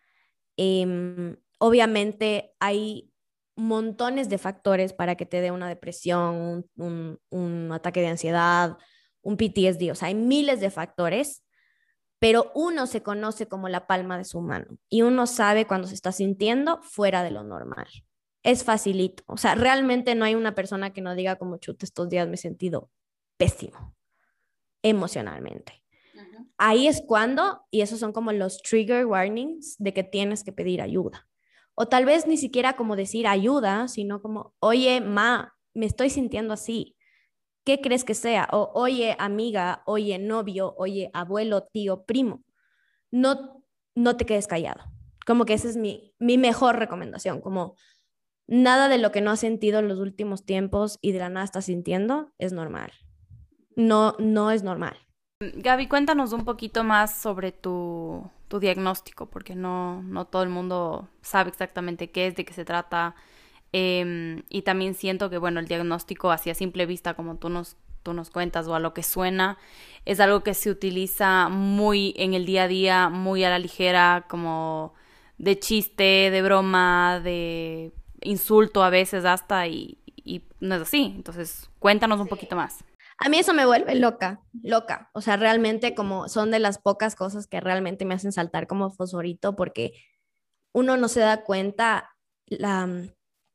Eh, obviamente hay montones de factores para que te dé una depresión, un, un, un ataque de ansiedad, un P T S D, o sea, hay miles de factores, pero uno se conoce como la palma de su mano y uno sabe cuando se está sintiendo fuera de lo normal. Es facilito, o sea, realmente no hay una persona que no diga como chuta, estos días me he sentido pésimo emocionalmente. Uh-huh. Ahí es cuando, y esos son como los trigger warnings de que tienes que pedir ayuda. O tal vez ni siquiera como decir ayuda, sino como, oye, ma, me estoy sintiendo así. ¿Qué crees que sea? O oye, amiga, oye, novio, oye, abuelo, tío, primo. No, no te quedes callado. Como que esa es mi, mi mejor recomendación. Como nada de lo que no has sentido en los últimos tiempos y de la nada estás sintiendo es normal. No, no es normal. Gaby, cuéntanos un poquito más sobre tu, tu diagnóstico, porque no, no todo el mundo sabe exactamente qué es, de qué se trata. Eh, y también siento que, bueno, el diagnóstico así a simple vista, como tú nos, tú nos cuentas, o a lo que suena, es algo que se utiliza muy en el día a día, muy a la ligera, como de chiste, de broma, de insulto a veces hasta, y, y no es así. Entonces, cuéntanos un sí. poquito más. A mí eso me vuelve loca, loca. O sea, realmente como son de las pocas cosas que realmente me hacen saltar como fosforito porque uno no se da cuenta la,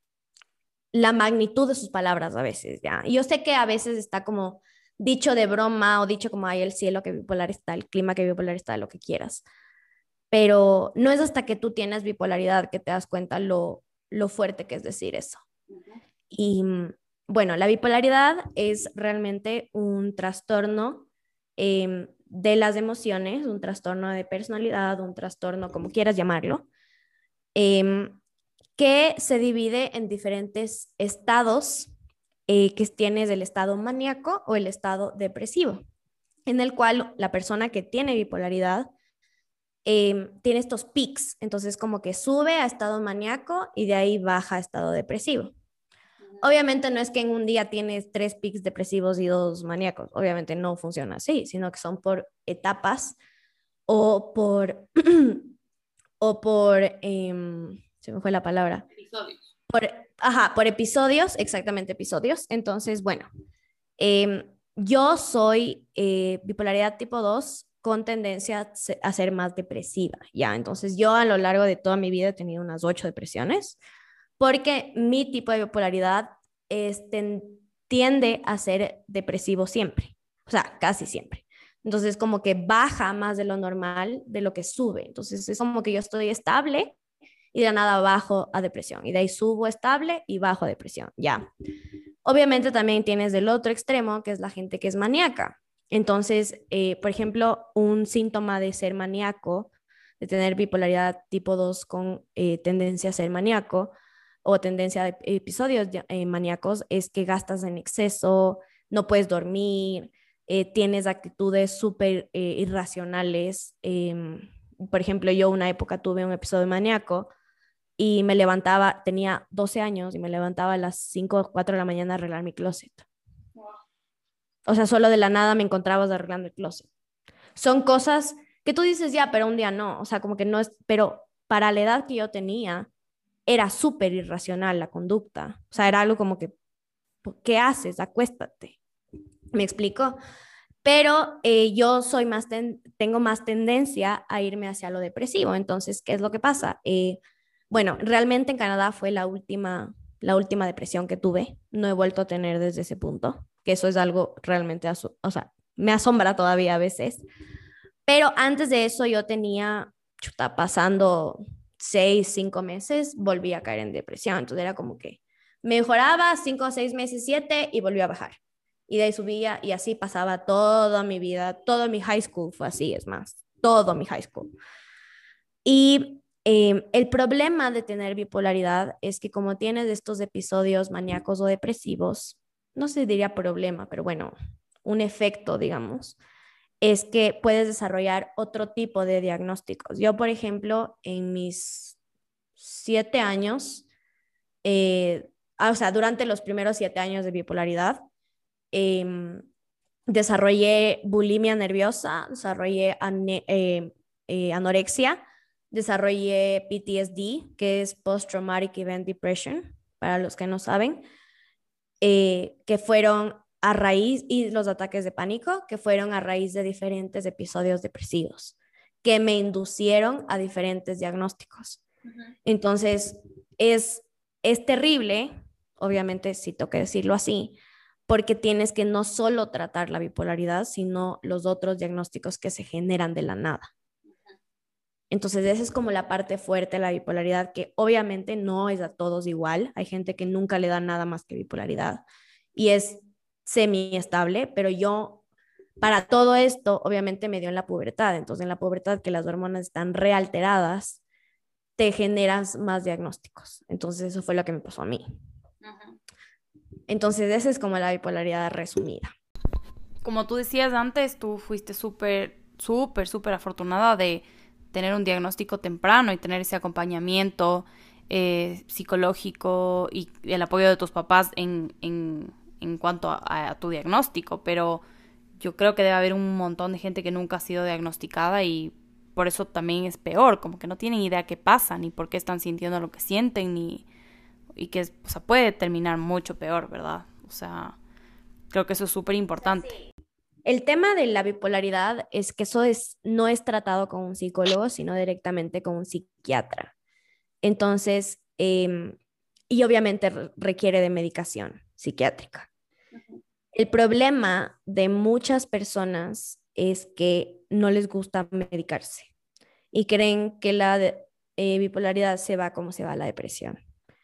la magnitud de sus palabras a veces, ¿ya? Y yo sé que a veces está como dicho de broma o dicho como, ay, el cielo que bipolar está, el clima que bipolar está, lo que quieras. Pero no es hasta que tú tienes bipolaridad que te das cuenta lo, lo fuerte que es decir eso. Uh-huh. Y bueno, la bipolaridad es realmente un trastorno eh, de las emociones, un trastorno de personalidad, un trastorno, como quieras llamarlo, eh, que se divide en diferentes estados, eh, que tienes el estado maníaco o el estado depresivo, en el cual la persona que tiene bipolaridad eh, tiene estos pics, entonces como que sube a estado maníaco y de ahí baja a estado depresivo. Obviamente no es que en un día tienes tres pics depresivos y dos maníacos, obviamente no funciona así, sino que son por etapas o por, o por, eh, se me fue la palabra. Episodios. Por, ajá, por episodios, exactamente episodios. Entonces, bueno, eh, yo soy eh, bipolaridad tipo dos con tendencia a ser más depresiva, ¿ya? Entonces yo a lo largo de toda mi vida he tenido unas ocho depresiones, porque mi tipo de bipolaridad este, tiende a ser depresivo siempre, o sea, casi siempre. Entonces, como que baja más de lo normal, de lo que sube. Entonces, es como que yo estoy estable y de nada bajo a depresión. Y de ahí subo estable y bajo a depresión, ya. Obviamente también tienes del otro extremo, que es la gente que es maníaca. Entonces, eh, por ejemplo, un síntoma de ser maníaco, de tener bipolaridad tipo dos con eh, tendencia a ser maníaco o tendencia a episodios eh, maníacos, es que gastas en exceso, no puedes dormir, eh, tienes actitudes súper eh, irracionales. Eh, por ejemplo, yo una época tuve un episodio maníaco y me levantaba, tenía doce años y me levantaba a las cinco o cuatro de la mañana a arreglar mi closet. O sea, solo de la nada me encontrabas arreglando el closet. Son cosas que tú dices ya, pero un día no. O sea, como que no es, pero para la edad que yo tenía, era súper irracional la conducta. O sea, era algo como que, ¿qué haces? Acuéstate. ¿Me explico? Pero eh, yo soy más ten tengo más tendencia a irme hacia lo depresivo. Entonces, ¿qué es lo que pasa? Eh, bueno, realmente en Canadá fue la última, la última depresión que tuve. No he vuelto a tener desde ese punto, que eso es algo realmente, o sea, me asombra todavía a veces. Pero antes de eso yo tenía, chuta, pasando seis, cinco meses, volví a caer en depresión. Entonces era como que mejoraba cinco, seis meses, siete y volví a bajar. Y de ahí subía y así pasaba toda mi vida, todo mi high school fue así, es más, todo mi high school. Y eh, el problema de tener bipolaridad es que como tienes estos episodios maníacos o depresivos, no se diría problema, pero bueno, un efecto, digamos, es que puedes desarrollar otro tipo de diagnósticos. Yo, por ejemplo, en mis siete años, eh, o sea, durante los primeros siete años de bipolaridad, eh, desarrollé bulimia nerviosa, desarrollé ane eh, eh, anorexia, desarrollé P T S D, que es Post Traumatic Event Depression, para los que no saben, eh, que fueron a raíz, y los ataques de pánico, que fueron a raíz de diferentes episodios depresivos, que me inducieron a diferentes diagnósticos. Uh-huh. Entonces, es, es terrible, obviamente, si tengo que decirlo así, porque tienes que no solo tratar la bipolaridad, sino los otros diagnósticos que se generan de la nada. Entonces, esa es como la parte fuerte de la bipolaridad, que obviamente no es a todos igual. Hay gente que nunca le da nada más que bipolaridad y es semiestable, pero yo, para todo esto, obviamente me dio en la pubertad. Entonces, en la pubertad, que las hormonas están realteradas, te generas más diagnósticos. Entonces, eso fue lo que me pasó a mí. Uh-huh. Entonces, esa es como la bipolaridad resumida. Como tú decías antes, tú fuiste súper, súper, súper afortunada de tener un diagnóstico temprano y tener ese acompañamiento eh, psicológico y el apoyo de tus papás en, en, en cuanto a, a tu diagnóstico, pero yo creo que debe haber un montón de gente que nunca ha sido diagnosticada y por eso también es peor, como que no tienen idea qué pasa, ni por qué están sintiendo lo que sienten, ni y que, o sea, puede terminar mucho peor, ¿verdad? O sea, creo que eso es súper importante. Sí. El tema de la bipolaridad es que eso es, no es tratado con un psicólogo, sino directamente con un psiquiatra. Entonces, eh, y obviamente requiere de medicación psiquiátrica. Uh-huh. El problema de muchas personas es que no les gusta medicarse y creen que la eh, bipolaridad se va como se va la depresión.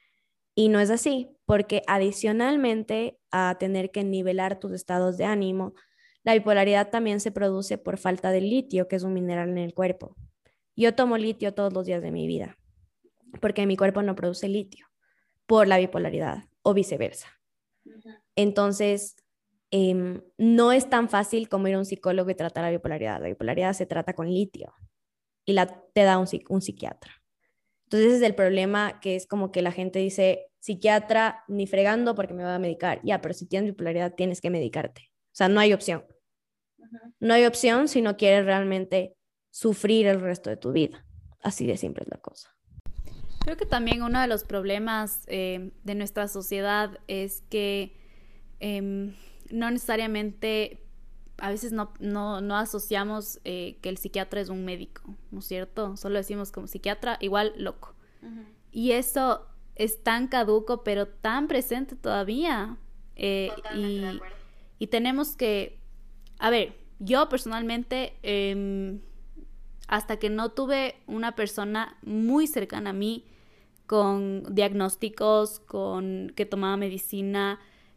Y no es así, porque adicionalmente a tener que nivelar tus estados de ánimo, la bipolaridad también se produce por falta de litio, que es un mineral en el cuerpo. Yo tomo litio todos los días de mi vida, porque mi cuerpo no produce litio por la bipolaridad o viceversa. Uh-huh. Entonces, eh, no es tan fácil como ir a un psicólogo y tratar la bipolaridad. La bipolaridad se trata con litio y la, te da un, un psiquiatra. Entonces, ese es el problema, que es como que la gente dice, psiquiatra, ni fregando porque me va a medicar. Ya, pero si tienes bipolaridad, tienes que medicarte. O sea, no hay opción. Uh-huh. No hay opción si no quieres realmente sufrir el resto de tu vida. Así de simple es la cosa. Creo que también uno de los problemas eh, de nuestra sociedad es que eh, no necesariamente, a veces no, no, no asociamos eh, que el psiquiatra es un médico, ¿no es cierto? Solo decimos como psiquiatra igual loco. Uh-huh. Y eso es tan caduco, pero tan presente todavía. Eh, y, y tenemos que, a ver, yo personalmente, eh, hasta que no tuve una persona muy cercana a mí con diagnósticos, con que tomaba medicina,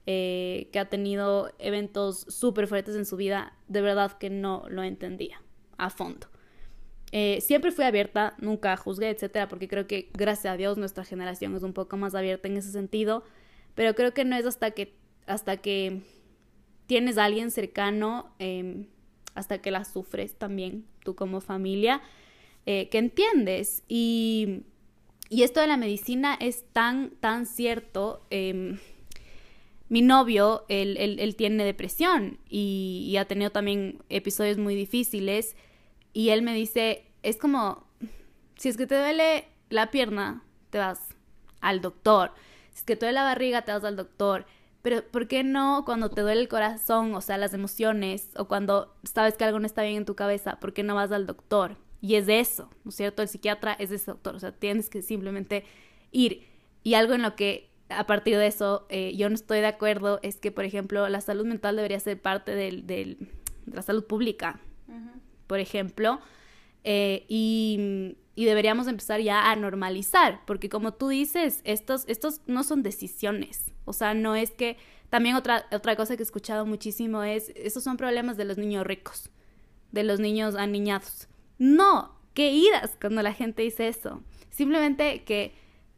eh, que ha tenido eventos súper fuertes en su vida, de verdad que no lo entendía a fondo. Eh, siempre fui abierta, nunca juzgué, etcétera, porque creo que, gracias a Dios, nuestra generación es un poco más abierta en ese sentido, pero creo que no es hasta que, hasta que tienes a alguien cercano, eh, hasta que la sufres también, tú como familia, eh, que entiendes. Y, y esto de la medicina es tan, tan cierto. Eh, mi novio, él, él, él tiene depresión y, y ha tenido también episodios muy difíciles. Y él me dice, es como, si es que te duele la pierna, te vas al doctor. Si es que te duele la barriga, te vas al doctor. Pero ¿por qué no cuando te duele el corazón, o sea, las emociones, o cuando sabes que algo no está bien en tu cabeza, por qué no vas al doctor? Y es de eso, ¿no es cierto? El psiquiatra es ese doctor, o sea, tienes que simplemente ir. Y algo en lo que, a partir de eso, eh, yo no estoy de acuerdo es que, por ejemplo, la salud mental debería ser parte del, del, de la salud pública. Uh-huh. Por ejemplo, eh, y, y deberíamos empezar ya a normalizar, porque como tú dices, estos, estos no son decisiones, o sea, no es que, también otra, otra cosa que he escuchado muchísimo es, esos son problemas de los niños ricos, de los niños aniñados. No, qué iras cuando la gente dice eso, simplemente que,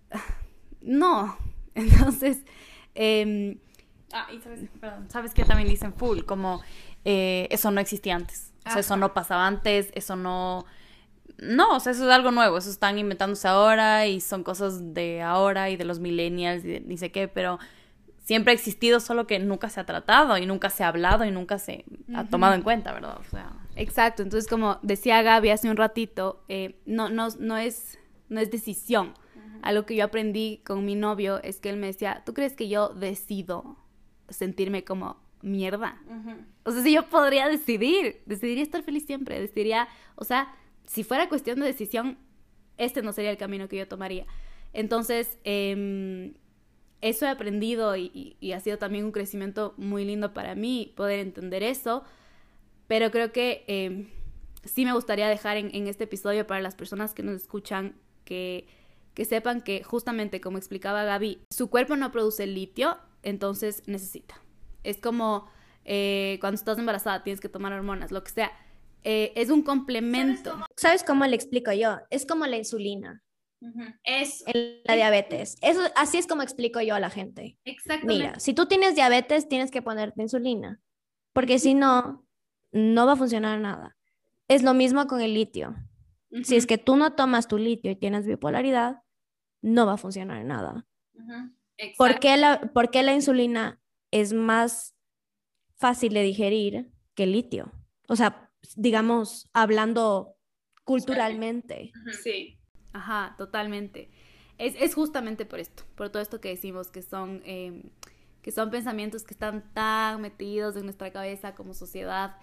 no, entonces... Eh, ah, y sabes, perdón, sabes que también dicen full, como eh, eso no existía antes. O sea, eso no pasaba antes, eso no... No, o sea, eso es algo nuevo, eso están inventándose ahora y son cosas de ahora y de los millennials y de ni sé qué, pero siempre ha existido, solo que nunca se ha tratado y nunca se ha hablado y nunca se uh-huh. ha tomado en cuenta, ¿verdad? O sea... Exacto, entonces como decía Gaby hace un ratito, eh, no, no, no, es, no es decisión. Uh-huh. Algo que yo aprendí con mi novio es que él me decía, ¿tú crees que yo decido sentirme como... mierda? Uh-huh. O sea, si yo podría decidir, decidiría estar feliz siempre, decidiría, o sea, si fuera cuestión de decisión, este no sería el camino que yo tomaría. Entonces, eh, eso he aprendido y, y, y ha sido también un crecimiento muy lindo para mí, poder entender eso, pero creo que eh, sí me gustaría dejar en, en este episodio para las personas que nos escuchan que, que sepan que justamente, como explicaba Gaby, su cuerpo no produce litio, entonces necesita. Es como eh, cuando estás embarazada, tienes que tomar hormonas, lo que sea. Eh, es un complemento. ¿Sabes cómo, ¿Sabes cómo le explico yo? Es como la insulina. Uh-huh. Es la diabetes. Eso, así es como explico yo a la gente. Exactamente. Mira, si tú tienes diabetes, tienes que ponerte insulina, porque si no, no va a funcionar nada. Es lo mismo con el litio. Uh-huh. Si es que tú no tomas tu litio y tienes bipolaridad, no va a funcionar nada. Uh-huh. ¿Por qué la, por qué la insulina es más fácil de digerir que el litio? O sea, digamos, hablando culturalmente. Sí, ajá, totalmente. Es, es justamente por esto, por todo esto que decimos, que son, eh, que son pensamientos que están tan metidos en nuestra cabeza como sociedad.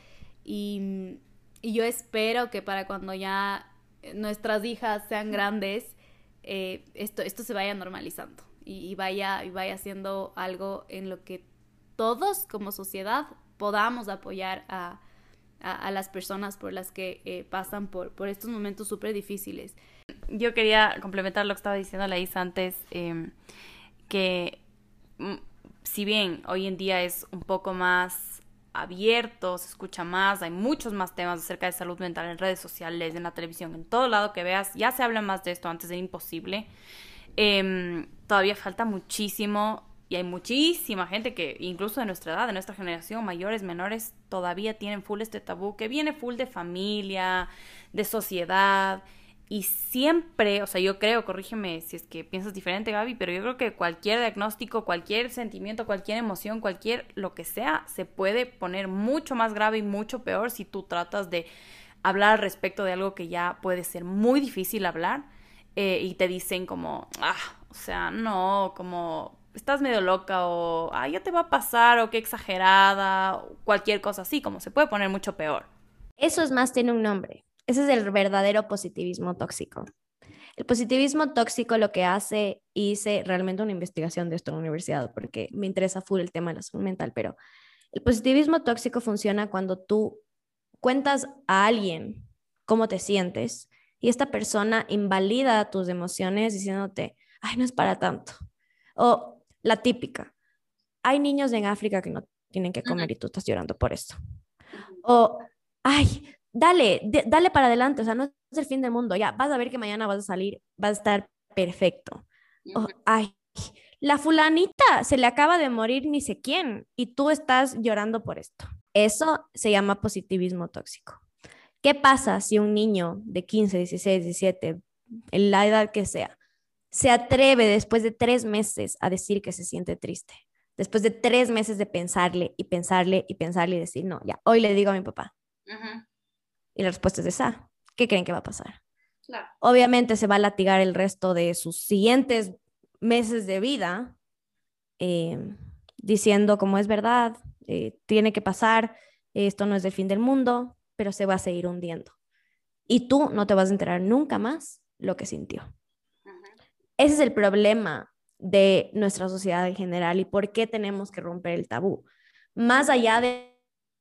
Y, y yo espero que para cuando ya nuestras hijas sean grandes, eh, esto, esto se vaya normalizando y, y, vaya, y vaya siendo algo en lo que todos como sociedad podamos apoyar a, a, a las personas por las que eh, pasan por, por estos momentos súper difíciles. Yo quería complementar lo que estaba diciendo la Isa antes, eh, que m- si bien hoy en día es un poco más abierto, se escucha más, hay muchos más temas acerca de salud mental en redes sociales, en la televisión, en todo lado que veas, ya se habla más de esto, antes era imposible. Eh, todavía falta muchísimo. Y hay muchísima gente que, incluso de nuestra edad, de nuestra generación, mayores, menores, todavía tienen full este tabú, que viene full de familia, de sociedad. Y siempre, o sea, yo creo, corrígeme si es que piensas diferente, Gaby, pero yo creo que cualquier diagnóstico, cualquier sentimiento, cualquier emoción, cualquier lo que sea, se puede poner mucho más grave y mucho peor si tú tratas de hablar al respecto de algo que ya puede ser muy difícil hablar. Eh, y te dicen como, ah, o sea, no, como... estás medio loca o ah, ya te va a pasar o qué exagerada o cualquier cosa así, como se puede poner mucho peor. Eso es más, tiene un nombre. Ese es el verdadero positivismo tóxico. El positivismo tóxico lo que hace, hice realmente una investigación de esto en la universidad porque me interesa full el tema de la salud mental, pero el positivismo tóxico funciona cuando tú cuentas a alguien cómo te sientes y esta persona invalida tus emociones diciéndote, ay, no es para tanto. O la típica, hay niños en África que no tienen que comer y tú estás llorando por esto. O, ay, dale, de- dale para adelante, o sea, no es el fin del mundo, ya, vas a ver que mañana vas a salir, vas a estar perfecto. O, ay, la fulanita se le acaba de morir ni sé quién y tú estás llorando por esto. Eso se llama positivismo tóxico. ¿Qué pasa si un niño de quince, dieciséis, diecisiete, en la edad que sea, se atreve después de tres meses a decir que se siente triste? Después de tres meses de pensarle y pensarle y pensarle y decir, no, ya, hoy le digo a mi papá. Ujú, Y la respuesta es esa. ¿Qué creen que va a pasar? claro. Obviamente se va a latigar el resto de sus siguientes meses de vida eh, diciendo como es verdad, eh, tiene que pasar, esto no es el fin del mundo, pero se va a seguir hundiendo. Y tú no te vas a enterar nunca más lo que sintió. Ujú. Ese es el problema de nuestra sociedad en general y por qué tenemos que romper el tabú. Más allá de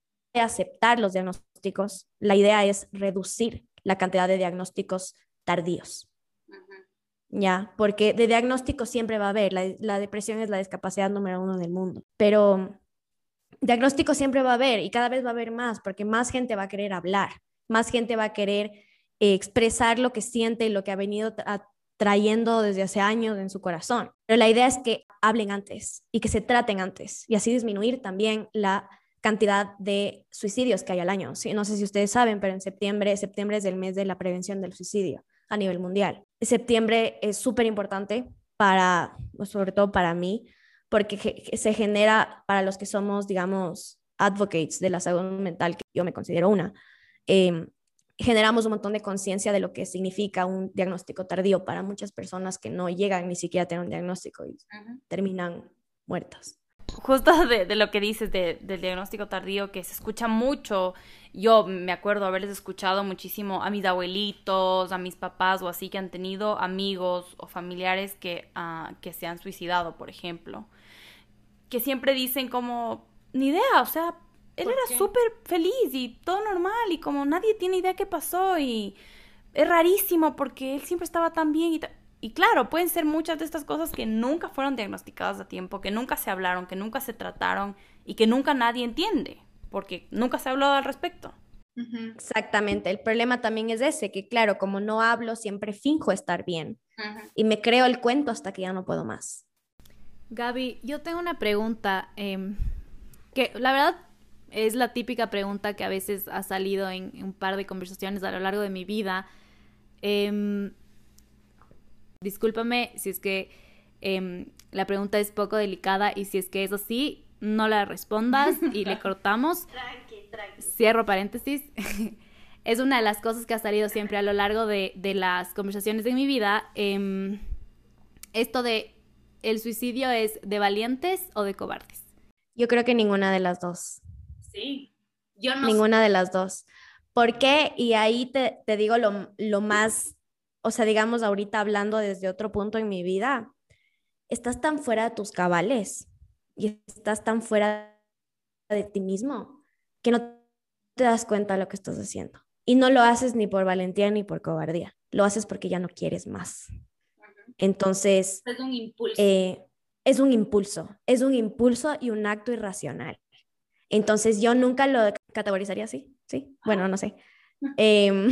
aceptar los diagnósticos, la idea es reducir la cantidad de diagnósticos tardíos. Ujú. Ya, porque de diagnóstico siempre va a haber. La, la depresión es la discapacidad número uno del mundo, pero diagnóstico siempre va a haber y cada vez va a haber más, porque más gente va a querer hablar, más gente va a querer eh, expresar lo que siente y lo que ha venido tra trayendo desde hace años en su corazón. Pero la idea es que hablen antes y que se traten antes y así disminuir también la cantidad de suicidios que hay al año. Sí, no sé si ustedes saben, pero en septiembre, septiembre es el mes de la prevención del suicidio a nivel mundial. Septiembre es súper importante para, sobre todo para mí, porque se genera para los que somos, digamos, advocates de la salud mental, que yo me considero una, eh, generamos un montón de conciencia de lo que significa un diagnóstico tardío para muchas personas que no llegan ni siquiera a tener un diagnóstico y uh-huh. terminan muertas. Justo de, de lo que dices de, del diagnóstico tardío, que se escucha mucho. Yo me acuerdo haberles escuchado muchísimo a mis abuelitos, a mis papás o así, que han tenido amigos o familiares que, uh, que se han suicidado, por ejemplo. Que siempre dicen como, ni idea, o sea, él era súper feliz y todo normal y como nadie tiene idea qué pasó y es rarísimo porque él siempre estaba tan bien y, y claro, pueden ser muchas de estas cosas que nunca fueron diagnosticadas a tiempo, que nunca se hablaron, que nunca se trataron y que nunca nadie entiende porque nunca se ha hablado al respecto. Uh-huh. Exactamente, el problema también es ese, que claro, como no hablo, siempre finjo estar bien uh-huh. y me creo el cuento hasta que ya no puedo más. Gaby, yo tengo una pregunta eh, que la verdad es la típica pregunta que a veces ha salido en, en un par de conversaciones a lo largo de mi vida. Eh, discúlpame si es que eh, la pregunta es poco delicada y si es que es así, no la respondas y le cortamos. Tranqui, tranqui. Cierro paréntesis. Es una de las cosas que ha salido siempre a lo largo de, de las conversaciones de mi vida. Eh, esto de ¿el suicidio es de valientes o de cobardes? Yo creo que ninguna de las dos. Sí, yo no Ninguna sé. de las dos. ¿Por qué? Y ahí te, te digo lo, lo más, o sea, digamos ahorita hablando desde otro punto en mi vida, estás tan fuera de tus cabales y estás tan fuera de ti mismo que no te das cuenta de lo que estás haciendo. Y no lo haces ni por valentía ni por cobardía, lo haces porque ya no quieres más. Entonces, es un impulso. Eh, es un impulso, es un impulso y un acto irracional. Entonces, yo nunca lo categorizaría así, ¿sí? Bueno, no sé. Eh,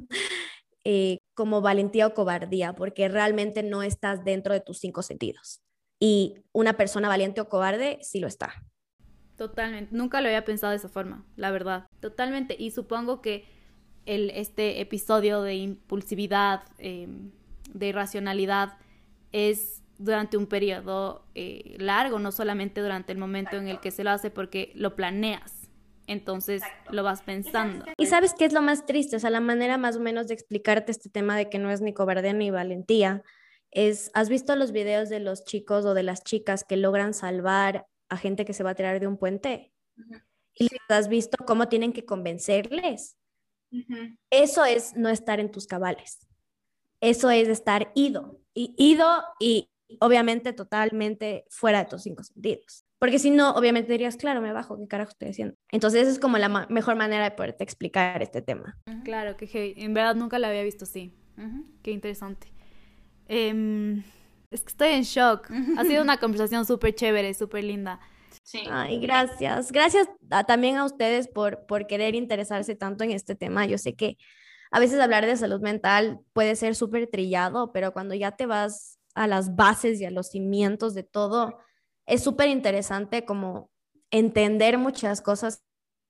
eh, como valentía o cobardía, porque realmente no estás dentro de tus cinco sentidos. Y una persona valiente o cobarde sí lo está. Totalmente, nunca lo había pensado de esa forma, la verdad. Totalmente, y supongo que el, este episodio de impulsividad, eh, de irracionalidad, es durante un periodo eh, largo, no solamente durante el momento Exacto. en el que se lo hace, porque lo planeas, entonces Exacto. lo vas pensando. ¿Y sabes qué es lo más triste? O sea, la manera más o menos de explicarte este tema de que no es ni cobardía ni valentía es, ¿has visto los videos de los chicos o de las chicas que logran salvar a gente que se va a tirar de un puente? Uh-huh. ¿Y sí. has visto cómo tienen que convencerles? Uh-huh. Eso es no estar en tus cabales. Eso es estar ido, y ido y obviamente totalmente fuera de tus cinco sentidos. Porque si no, obviamente dirías, claro, me bajo, ¿qué carajo estoy haciendo? Entonces esa es como la ma- mejor manera de poderte explicar este tema. Uh-huh. Claro, que heavy. En verdad nunca lo había visto así. Uh-huh. Qué interesante. Eh, Es que estoy en shock. Ha sido una conversación súper chévere, súper linda. Sí. Ay, gracias. Gracias a- también a ustedes por, por querer interesarse tanto en este tema. Yo sé que a veces hablar de salud mental puede ser súper trillado, pero cuando ya te vas a las bases y a los cimientos de todo, es súper interesante como entender muchas cosas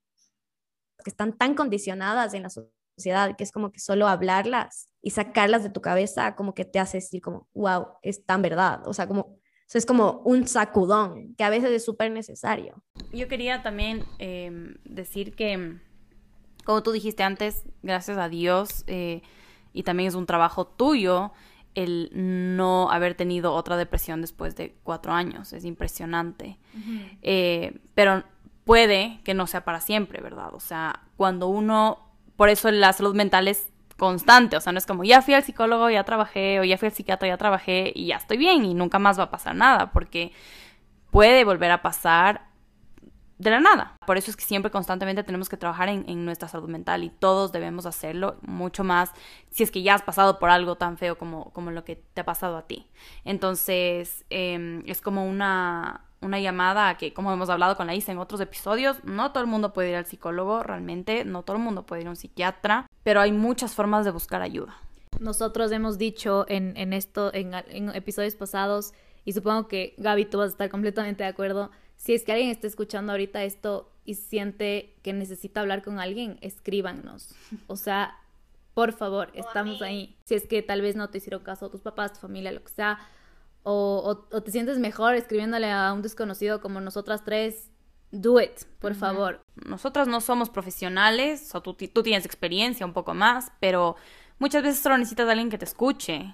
que están tan condicionadas en la sociedad, que es como que solo hablarlas y sacarlas de tu cabeza, como que te hace decir como, wow, es tan verdad. O sea, como, eso es como un sacudón que a veces es súper necesario. Yo quería también eh, decir que, como tú dijiste antes, gracias a Dios, eh, y también es un trabajo tuyo, el no haber tenido otra depresión después de cuatro años. Es impresionante. Uh-huh. Eh, pero puede que no sea para siempre, ¿verdad? O sea, cuando uno... Por eso la salud mental es constante. O sea, no es como, ya fui al psicólogo, ya trabajé, o ya fui al psiquiatra, ya trabajé, y ya estoy bien, y nunca más va a pasar nada, porque puede volver a pasar de la nada. Por eso es que siempre constantemente tenemos que trabajar en, en nuestra salud mental, y todos debemos hacerlo, mucho más si es que ya has pasado por algo tan feo como, como lo que te ha pasado a ti. Entonces, eh, es como una, una llamada a que, como hemos hablado con la Isa en otros episodios, no todo el mundo puede ir al psicólogo, realmente, no todo el mundo puede ir a un psiquiatra, pero hay muchas formas de buscar ayuda. Nosotros hemos dicho en, en esto, en, en episodios pasados, y supongo que Gaby, tú vas a estar completamente de acuerdo, si es que alguien está escuchando ahorita esto y siente que necesita hablar con alguien, escríbanos. O sea, por favor, estamos ahí. Si es que tal vez no te hicieron caso tus papás, tu familia, lo que sea, o, o, o te sientes mejor escribiéndole a un desconocido como nosotras tres, do it, por uh-huh. favor. Nosotras no somos profesionales, o tú, tú tienes experiencia un poco más, pero muchas veces solo necesitas a alguien que te escuche.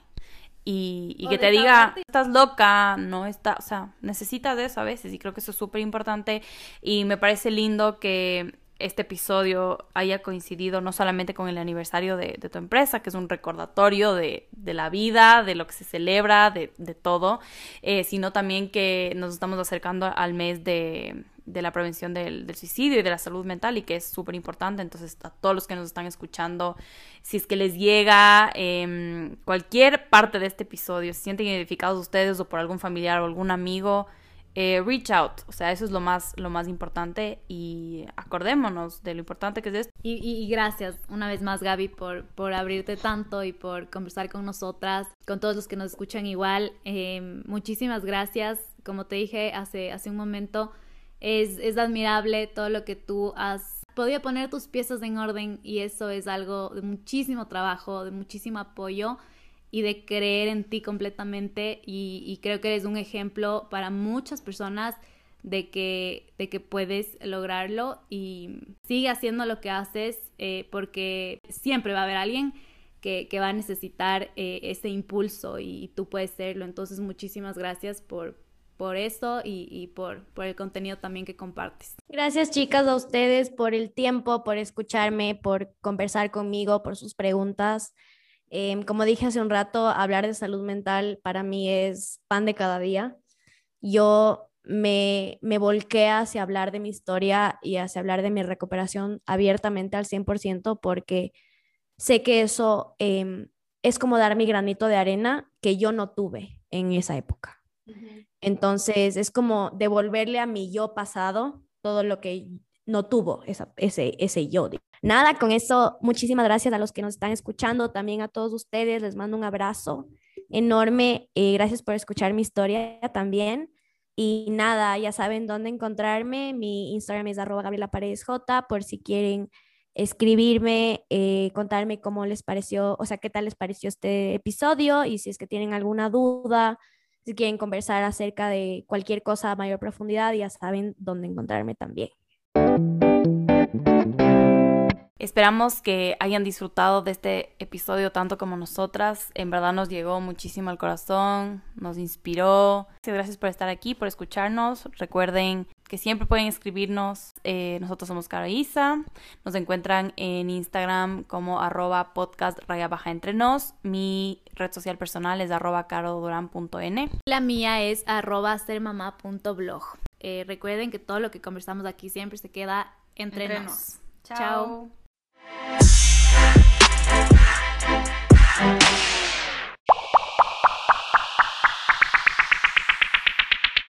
Y, y que te diga, estás loca, no está, o sea, necesitas de eso a veces, y creo que eso es súper importante, y me parece lindo que este episodio haya coincidido no solamente con el aniversario de, de tu empresa, que es un recordatorio de, de la vida, de lo que se celebra, de, de todo, eh, sino también que nos estamos acercando al mes de... de la prevención del, del suicidio y de la salud mental, y que es súper importante. Entonces, a todos los que nos están escuchando, si es que les llega eh, cualquier parte de este episodio, si se sienten identificados ustedes o por algún familiar o algún amigo, eh, reach out. O sea, eso es lo más, lo más importante, y acordémonos de lo importante que es esto. Y, y, y gracias una vez más, Gaby, por, por abrirte tanto y por conversar con nosotras, con todos los que nos escuchan igual. Eh, muchísimas gracias. Como te dije hace, hace un momento, Es, es admirable todo lo que tú has podido poner tus piezas en orden, y eso es algo de muchísimo trabajo, de muchísimo apoyo y de creer en ti completamente, y, y creo que eres un ejemplo para muchas personas de que, de que puedes lograrlo, y sigue haciendo lo que haces, eh, porque siempre va a haber alguien que, que va a necesitar eh, ese impulso, y, y tú puedes serlo. Entonces, muchísimas gracias por por eso y, y por, por el contenido también que compartes. Gracias, chicas, a ustedes por el tiempo, por escucharme, por conversar conmigo, por sus preguntas. Eh, como dije hace un rato, hablar de salud mental para mí es pan de cada día. Yo me, me volqué hacia hablar de mi historia y hacia hablar de mi recuperación abiertamente al cien por ciento, porque sé que eso eh, es como dar mi granito de arena que yo no tuve en esa época. Uh-huh. Entonces es como devolverle a mi yo pasado todo lo que no tuvo esa, ese, ese yo. Nada, con eso, muchísimas gracias a los que nos están escuchando, también a todos ustedes, les mando un abrazo enorme, eh, gracias por escuchar mi historia también, y nada, ya saben dónde encontrarme. Mi Instagram es arroba Gabriela Paredes J, por si quieren escribirme, eh, contarme cómo les pareció, o sea, qué tal les pareció este episodio, y si es que tienen alguna duda, si quieren conversar acerca de cualquier cosa a mayor profundidad, ya saben dónde encontrarme también. Esperamos que hayan disfrutado de este episodio tanto como nosotras. En verdad nos llegó muchísimo al corazón, nos inspiró. Gracias por estar aquí, por escucharnos. Recuerden que siempre pueden escribirnos. Eh, nosotros somos Caro e Isa. Nos encuentran en Instagram como arroba podcast raya baja entre nos. Mi red social personal es arroba caroduran punto n. La mía es arroba sermamá punto blog. Eh, recuerden que todo lo que conversamos aquí siempre se queda entre, entre nos. nos. Chao. Chao.